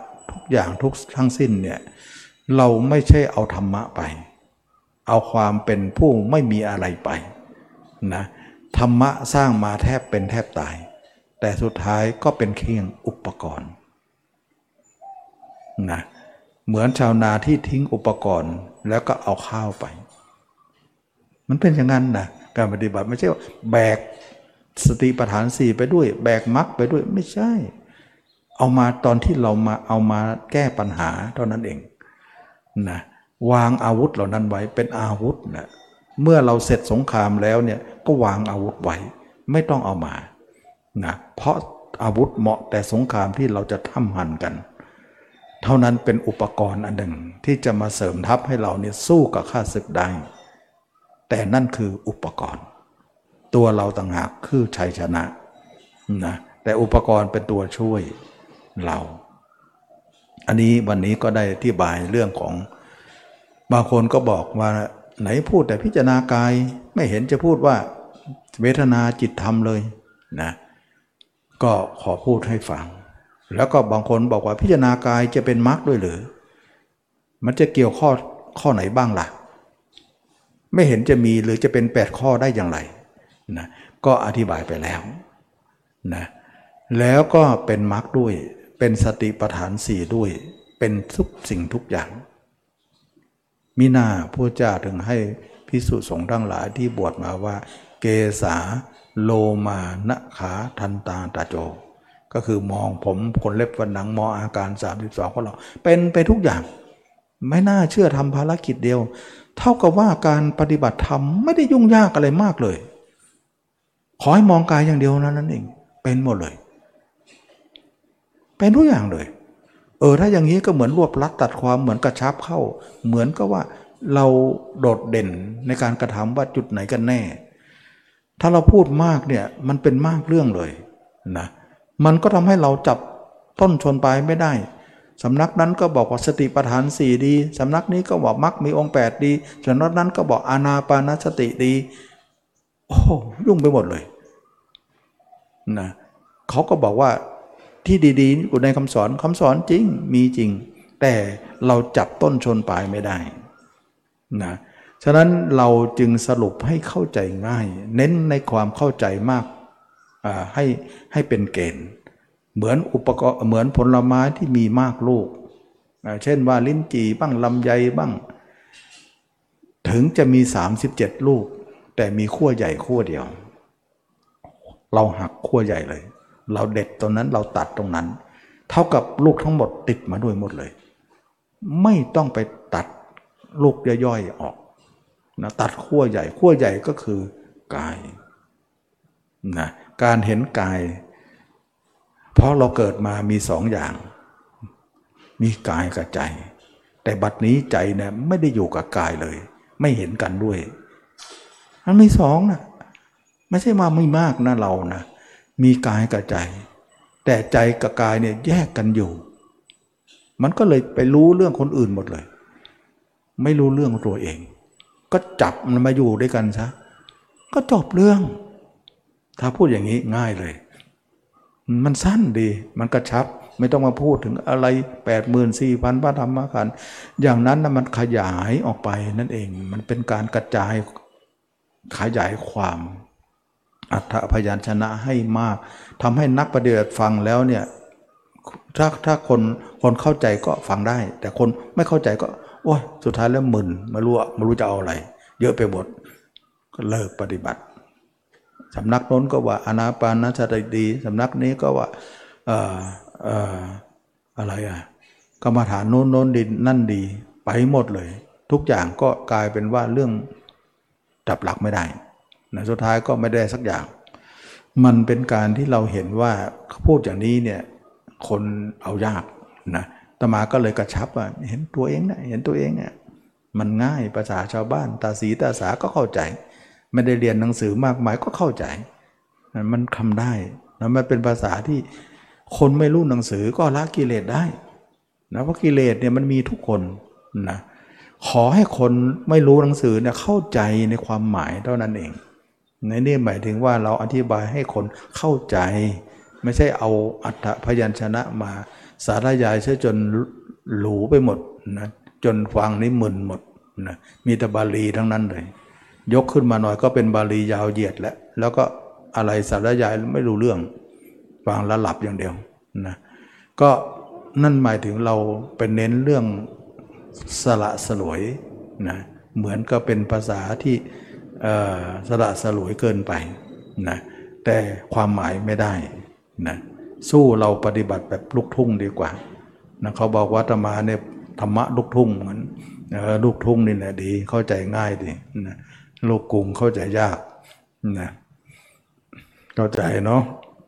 อย่างทุกทั้งสิ้นเนี่ยเราไม่ใช่เอาธรรมะไปเอาความเป็นผู้ไม่มีอะไรไปนะธรรมะสร้างมาแทบเป็นแทบตายแต่สุดท้ายก็เป็นเพียงอุปกรณ์นะเหมือนชาวนาที่ทิ้งอุปกรณ์แล้วก็เอาข้าวไปมันเป็นอย่างนั้นนะการปฏิบัติไม่ใช่ว่าแบกสติปัฏฐานสี่ไปด้วยแบกมรรคไปด้วยไม่ใช่เอามาตอนที่เรามาเอามาแก้ปัญหาเท่านั้นเองนะวางอาวุธเหล่านั้นไว้เป็นอาวุธนะเมื่อเราเสร็จสงครามแล้วเนี่ยก็วางอาวุธไว้ไม่ต้องเอามานะเพราะอาวุธเหมาะแต่สงครามที่เราจะทำหันกันเท่านั้นเป็นอุปกรณ์อันหนึ่งที่จะมาเสริมทัพให้เราเนี่ยสู้กับข้าศึกได้แต่นั่นคืออุปกรณ์ตัวเราต่างหากคือชัยชนะนะแต่อุปกรณ์เป็นตัวช่วยเราอันนี้วันนี้ก็ได้อธิบายเรื่องของบางคนก็บอกว่าไหนพูดแต่พิจารณากายไม่เห็นจะพูดว่าเวทนาจิตธรรมเลยนะก็ขอพูดให้ฟังแล้วก็บางคนบอกว่าพิจารณากายจะเป็นมรรคด้วยหรือมันจะเกี่ยวข้อข้อไหนบ้างล่ะไม่เห็นจะมีหรือจะเป็นแปดข้อได้อย่างไรนะก็อธิบายไปแล้วนะแล้วก็เป็นมรรคด้วยเป็นสติปัฏฐานสี่ด้วยเป็นทุกสิ่งทุกอย่างมิน่าพระเจ้าถึงให้ภิกษุสงฆ์ทั้งหลายที่บวชมาว่าเกสาโลมานะขาทันตาตาโจก็คือมองผมขนเล็บฟันหนังมองอาการสามสิบสองของเราเป็นไปทุกอย่างไม่น่าเชื่อทำภารกิจเดียวเท่ากับว่าการปฏิบัติธรรมไม่ได้ยุ่งยากอะไรมากเลยขอให้มองกายอย่างเดียวนั้นเองเป็นหมดเลยเป็นทุกอย่างเลยเออถ้าอย่างนี้ก็เหมือนรวบลัดตัดความเหมือนกระชับเข้าเหมือนกับว่าเราโดดเด่นในการกระทำว่าจุดไหนกันแน่ถ้าเราพูดมากเนี่ยมันเป็นมากเรื่องเลยนะมันก็ทำให้เราจับต้นชนปลายไม่ได้สำนักนั้นก็บอกว่าสติปัฏฐานสี่ดีสำนักนี้ก็บอกมรรคมีองค์แปดดีสำนักนั้นก็บอกอานาปานสติดีโอ้ยุ่งไปหมดเลยนะเขาก็บอกว่าที่ดีๆอยู่ในคำสอนคำสอนจริงมีจริงแต่เราจับต้นชนปลายไม่ได้นะฉะนั้นเราจึงสรุปให้เข้าใจง่ายเน้นในความเข้าใจมากให้ให้เป็นเกณฑ์เหมือนอุปกรณ์เหมือนผลไม้ที่มีมากลูกเช่นว่าลิ้นจี่บ้างลำไยบ้างถึงจะมีสามสิบเจ็ดลูกแต่มีขั้วใหญ่ขั้วเดียวเราหักขั้วใหญ่เลยเราเด็ดตรงนั้นเราตัดตรงนั้นเท่ากับลูกทั้งหมดติดมาด้วยหมดเลยไม่ต้องไปตัดลูกย่อยๆออกนะตัดขั้วใหญ่ขั้วใหญ่ก็คือกายนะการเห็นกายเพราะเราเกิดมามีสองอย่างมีกายกับใจแต่บัดนี้ใจเนี่ยไม่ได้อยู่กับกายเลยไม่เห็นกันด้วยมันมีสองนะไม่ใช่มาไม่มากนะเรานะมีกายกับใจแต่ใจกับกายเนี่ยแยกกันอยู่มันก็เลยไปรู้เรื่องคนอื่นหมดเลยไม่รู้เรื่องตัวเองก็จับมันมาอยู่ด้วยกันซะก็จบเรื่องถ้าพูดอย่างนี้ง่ายเลยมันสั้นดีมันกระชับไม่ต้องมาพูดถึงอะไร แปดหมื่นสี่พัน พระธรรมขันธ์อย่างนั้นนะมันขยายออกไปนั่นเองมันเป็นการกระจายขยายความอัฏฐพยัญชนะให้มากทำให้นักปฏิบัติฟังแล้วเนี่ยถ้าถ้าคนคนเข้าใจก็ฟังได้แต่คนไม่เข้าใจก็โอ้ยสุดท้ายแล้วมึนไม่รู้ไม่รู้จะเอาอะไรเยอะไปหมดก็เลิกปฏิบัติสำนักโน้นก็ว่าอานาปานสติดีสำนักนี้ก็ว่าเอ่อเอ่ออะไรอ่ะกรรมฐานโน้นโน้นดีนั่นดีไปหมดเลยทุกอย่างก็กลายเป็นว่าเรื่องจับหลักไม่ได้นะสุดท้ายก็ไม่ได้สักอย่างมันเป็นการที่เราเห็นว่าพูดอย่างนี้เนี่ยคนเอายากนะอาตมาก็เลยกระชับว่าเห็นตัวเองนะเห็นตัวเองเนี่ยมันง่ายภาษาชาวบ้านตาสีตาสาก็เข้าใจไม่ได้เรียนหนังสือมากมายก็เข้าใจมันทำได้นะมันเป็นภาษาที่คนไม่รู้หนังสือก็ละกิเลสได้นะเพราะกิเลสเนี่ยมันมีทุกคนนะขอให้คนไม่รู้หนังสือเนี่ยเข้าใจในความหมายเท่านั้นเองในนี่หมายถึงว่าเราอธิบายให้คนเข้าใจไม่ใช่เอาอัฏฐพยัญชนะมาสาธยายเสียจนหลูไปหมดนะจนฟังนี่มึนหมดนะมีแต่บาลีทั้งนั้นเลยยกขึ้นมาหน่อยก็เป็นบาลียาวเหยียดแล้วแล้วก็อะไรสาธยายไม่รู้เรื่องฟังแล้วหลับอย่างเดียวนะก็นั่นหมายถึงเราเป็นเน้นเรื่องสละสลวยนะเหมือนก็เป็นภาษาที่สละสลวยเกินไปนะแต่ความหมายไม่ได้นะสู้เราปฏิบัติแบบลูกทุ่งดีกว่านะเขาบอกว่าธรรมะเนี่ยธรรมะลูกทุ่งเหมือนลูกทุ่งนี่แหละดีเข้าใจง่ายดีนะลูกกรุงเข้าใจยากนะเข้าใจเนาะ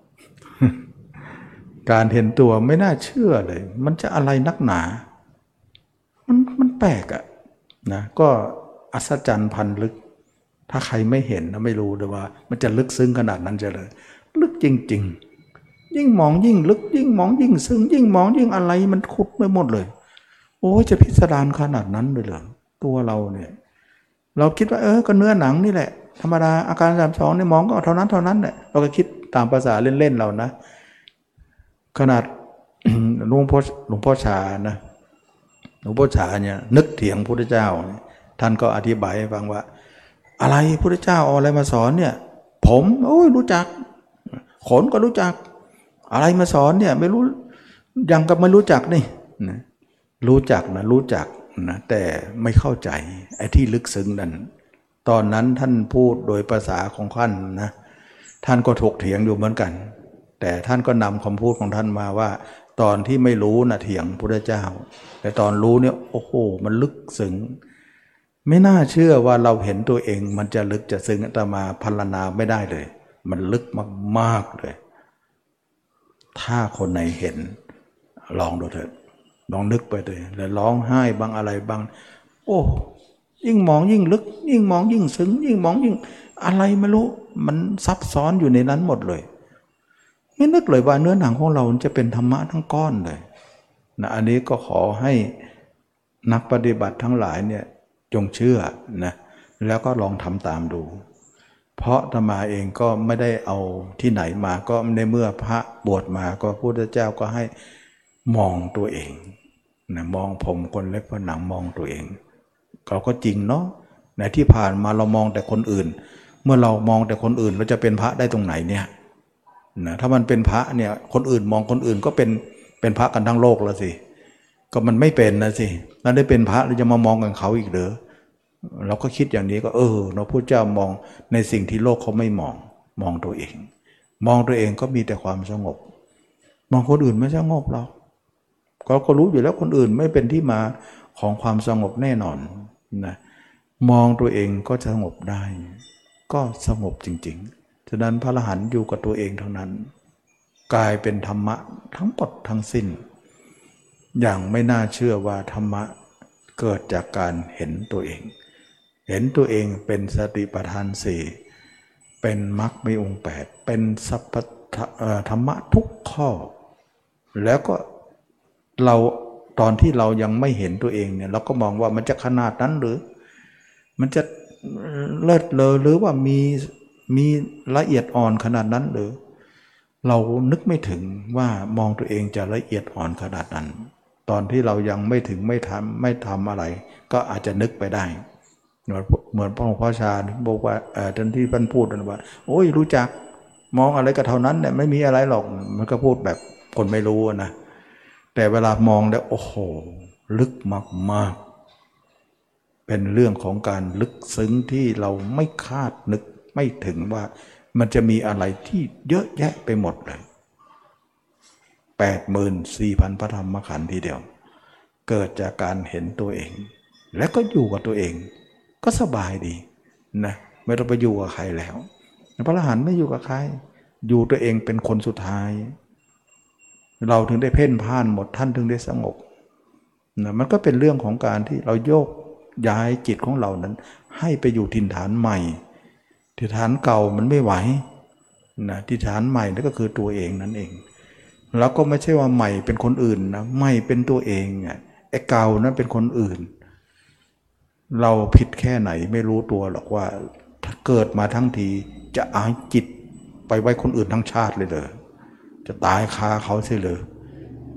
การเห็นตัวไม่น่าเชื่อเลยมันจะอะไรนักหนามันมันแปลกอะนะก็อัศจรรย์พันลึกถ้าใครไม่เห็นนะไม่รู้เลยว่ามันจะลึกซึ้งขนาดนั้นจะเลยลึกจริงๆยิ่งมองยิ่งลึกยิ่งมองยิ่งซึ้งยิ่งมองยิ่งอะไรมันขุดไปหมดเลยโอ้ยจะพิสดารขนาดนั้นเลยเหรอตัวเราเนี่ยเราคิดว่าเออก็เนื้อหนังนี่แหละธรรมดาอาการสามสองนี่มองก็เท่านั้นเท่านั้นแหละเราก็คิดตามภาษาเล่นๆเรานะขนาด หลวงพ่อหลวงพ่อชานะหลวงพ่อชาเนี่ยนึกเถียงพระพุทธเจ้าท่านก็อธิบายให้ฟังว่าอะไรพระพุทธเจ้าเอาอะไรมาสอนเนี่ยผมโอ้ยรู้จักขนก็รู้จักอะไรมาสอนเนี่ยไม่รู้ยังกับไม่รู้จักนี่นะรู้จักนะรู้จักนะแต่ไม่เข้าใจไอ้ที่ลึกซึ้งนั้นตอนนั้นท่านพูดโดยภาษาของท่านนะท่านก็ถกเถียงอยู่เหมือนกันแต่ท่านก็นำคำพูดของท่านมาว่าตอนที่ไม่รู้นะเถียงพระพุทธเจ้าแต่ตอนรู้เนี่ยโอ้โหมันลึกซึ้งไม่น่าเชื่อว่าเราเห็นตัวเองมันจะลึกจะซึ้งแต่มาพรรณนาไม่ได้เลยมันลึกมากๆเลยถ้าคนไหนเห็นลองดูเถิดลองนึกไปเลยแล้วร้องไห้บางอะไรบางโอ้ยิ่งมองยิ่งลึกยิ่งมองยิ่งซึ้งยิ่งมองยิ่งอะไรไม่รู้มันซับซ้อนอยู่ในนั้นหมดเลยไม่นึกเลยว่าเนื้อหนังของเราจะเป็นธรรมะทั้งก้อนเลยนะอันนี้ก็ขอให้นักปฏิบัติทั้งหลายเนี่ยจงเชื่อนะแล้วก็ลองทำตามดูเพราะอาตมาเองก็ไม่ได้เอาที่ไหนมาก็ในเมื่อพระบวชมาก็พระพุทธเจ้าก็ให้มองตัวเองนะมองผมคนเล็บผนังมองตัวเองเขาก็จริงเนาะในที่ผ่านมาเรามองแต่คนอื่นเมื่อเรามองแต่คนอื่นเราจะเป็นพระได้ตรงไหนเนี่ยนะถ้ามันเป็นพระเนี่ยคนอื่นมองคนอื่นก็เป็นเป็นพระกันทั้งโลกแล้วสิก็มันไม่เป็นนะสิแล้วได้เป็นพระเราจะมามองกันเขาอีกเหรอเราก็คิดอย่างนี้ก็เออเราพระเจ้ามองในสิ่งที่โลกเขาไม่มองมองตัวเองมองตัวเองก็มีแต่ความสงบมองคนอื่นไม่สงบหรอกเราก็รู้อยู่แล้วคนอื่นไม่เป็นที่มาของความสงบแน่นอนนะมองตัวเองก็สงบได้ก็สงบจริงๆฉะนั้นพระอรหันต์อยู่กับตัวเองเท่านั้นกลายเป็นธรรมะทั้งหมดทั้งสิ้นอย่างไม่น่าเชื่อว่าธรรมะเกิดจากการเห็นตัวเองเห็นตัวเองเป็นสติปัฏฐานสี่เป็นมรรคมีองค์แปดเป็นสัพพธรรมะทุกข้อแล้วก็เราตอนที่เรายังไม่เห็นตัวเองเนี่ยเราก็มองว่ามันจะขนาดนั้นหรือมันจะเลิศเลอหรือว่ามีมีละเอียดอ่อนขนาดนั้นหรือเรานึกไม่ถึงว่ามองตัวเองจะละเอียดอ่อนขนาดนั้นตอนที่เรายังไม่ถึงไม่ทำไม่ทำอะไรก็อาจจะนึกไปได้เหมือนพ่อพ่อชาบอกว่าเออท่านที่ท่านพูดนะว่าโอ้ยรู้จักมองอะไรก็เท่านั้นเนี่ยไม่มีอะไรหรอกมันก็พูดแบบคนไม่รู้นะแต่เวลามองแล้วโอ้โหลึกมากๆเป็นเรื่องของการลึกซึ้งที่เราไม่คาดนึกไม่ถึงว่ามันจะมีอะไรที่เยอะแยะไปหมดเลยแปดหมื่นสี่พันพระธรรมขันธ์ทีเดียวเกิดจากการเห็นตัวเองและก็อยู่กับตัวเองก็สบายดีนะไม่ต้องไปอยู่กับใครแล้วพระอรหันต์ไม่อยู่กับใครอยู่ตัวเองเป็นคนสุดท้ายเราถึงได้เพ่นพ่านหมดท่านถึงได้สงบนะมันก็เป็นเรื่องของการที่เราโยกย้ายจิตของเรานั้นให้ไปอยู่ถิ่นฐานใหม่ถิ่นฐานเก่ามันไม่ไหวนะถิ่นฐานใหม่นั่นก็คือตัวเองนั่นเองแล้วก็ไม่ใช่ว่าใหม่เป็นคนอื่นนะใหม่เป็นตัวเองไงไอ้เก่านั้นเป็นคนอื่นเราผิดแค่ไหนไม่รู้ตัวหรอกว่าถ้าเกิดมาทั้งทีจะเอาจิตไปไว้คนอื่นทั้งชาติเลยเหรอจะตายคาเขาใช่เลย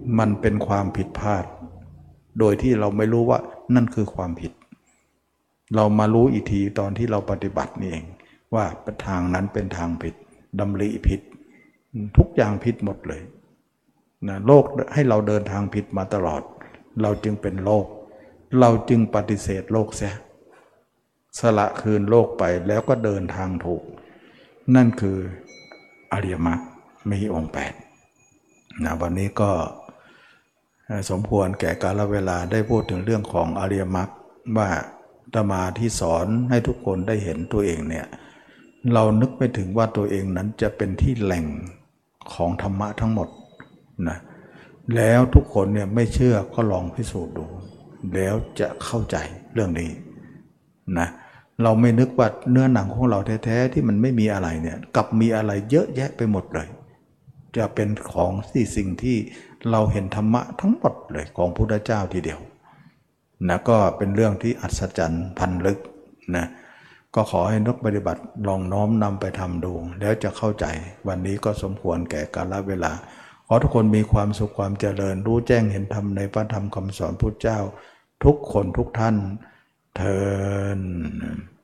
มันเป็นความผิดพลาดโดยที่เราไม่รู้ว่านั่นคือความผิดเรามารู้อีกทีตอนที่เราปฏิบัตินี่เองว่าทางนั้นเป็นทางผิดดำริผิดทุกอย่างผิดหมดเลยนะโลกให้เราเดินทางผิดมาตลอดเราจึงเป็นโลกเราจึงปฏิเสธโลกเสียสละคืนโลกไปแล้วก็เดินทางถูกนั่นคืออริยมรรคมีองค์แปดนะวันนี้ก็สมควรแก่กาลเวลาได้พูดถึงเรื่องของอริยมรรคว่าอาตมาที่สอนให้ทุกคนได้เห็นตัวเองเนี่ยเรานึกไปถึงว่าตัวเองนั้นจะเป็นที่แหล่งของธรรมะทั้งหมดนะแล้วทุกคนเนี่ยไม่เชื่อก็ลองพิสูจน์ดูแล้วจะเข้าใจเรื่องนี้นะเราไม่นึกว่าเนื้อหนังของเราแท้ๆที่มันไม่มีอะไรเนี่ยกลับมีอะไรเยอะแยะไปหมดเลยจะเป็นของที่สิ่งที่เราเห็นธรรมะทั้งหมดเลยของพุทธเจ้าทีเดียวนะก็เป็นเรื่องที่อัศจรรย์พันลึกนะก็ขอให้นักปฏิบัติลองน้อมนำไปทำดูแล้วจะเข้าใจวันนี้ก็สมควรแก่กาลเวลาขอทุกคนมีความสุขความเจริญรู้แจ้งเห็นธรรมในพระธรรมคำสอนพุทธเจ้าทุกคนทุกท่านเทอญ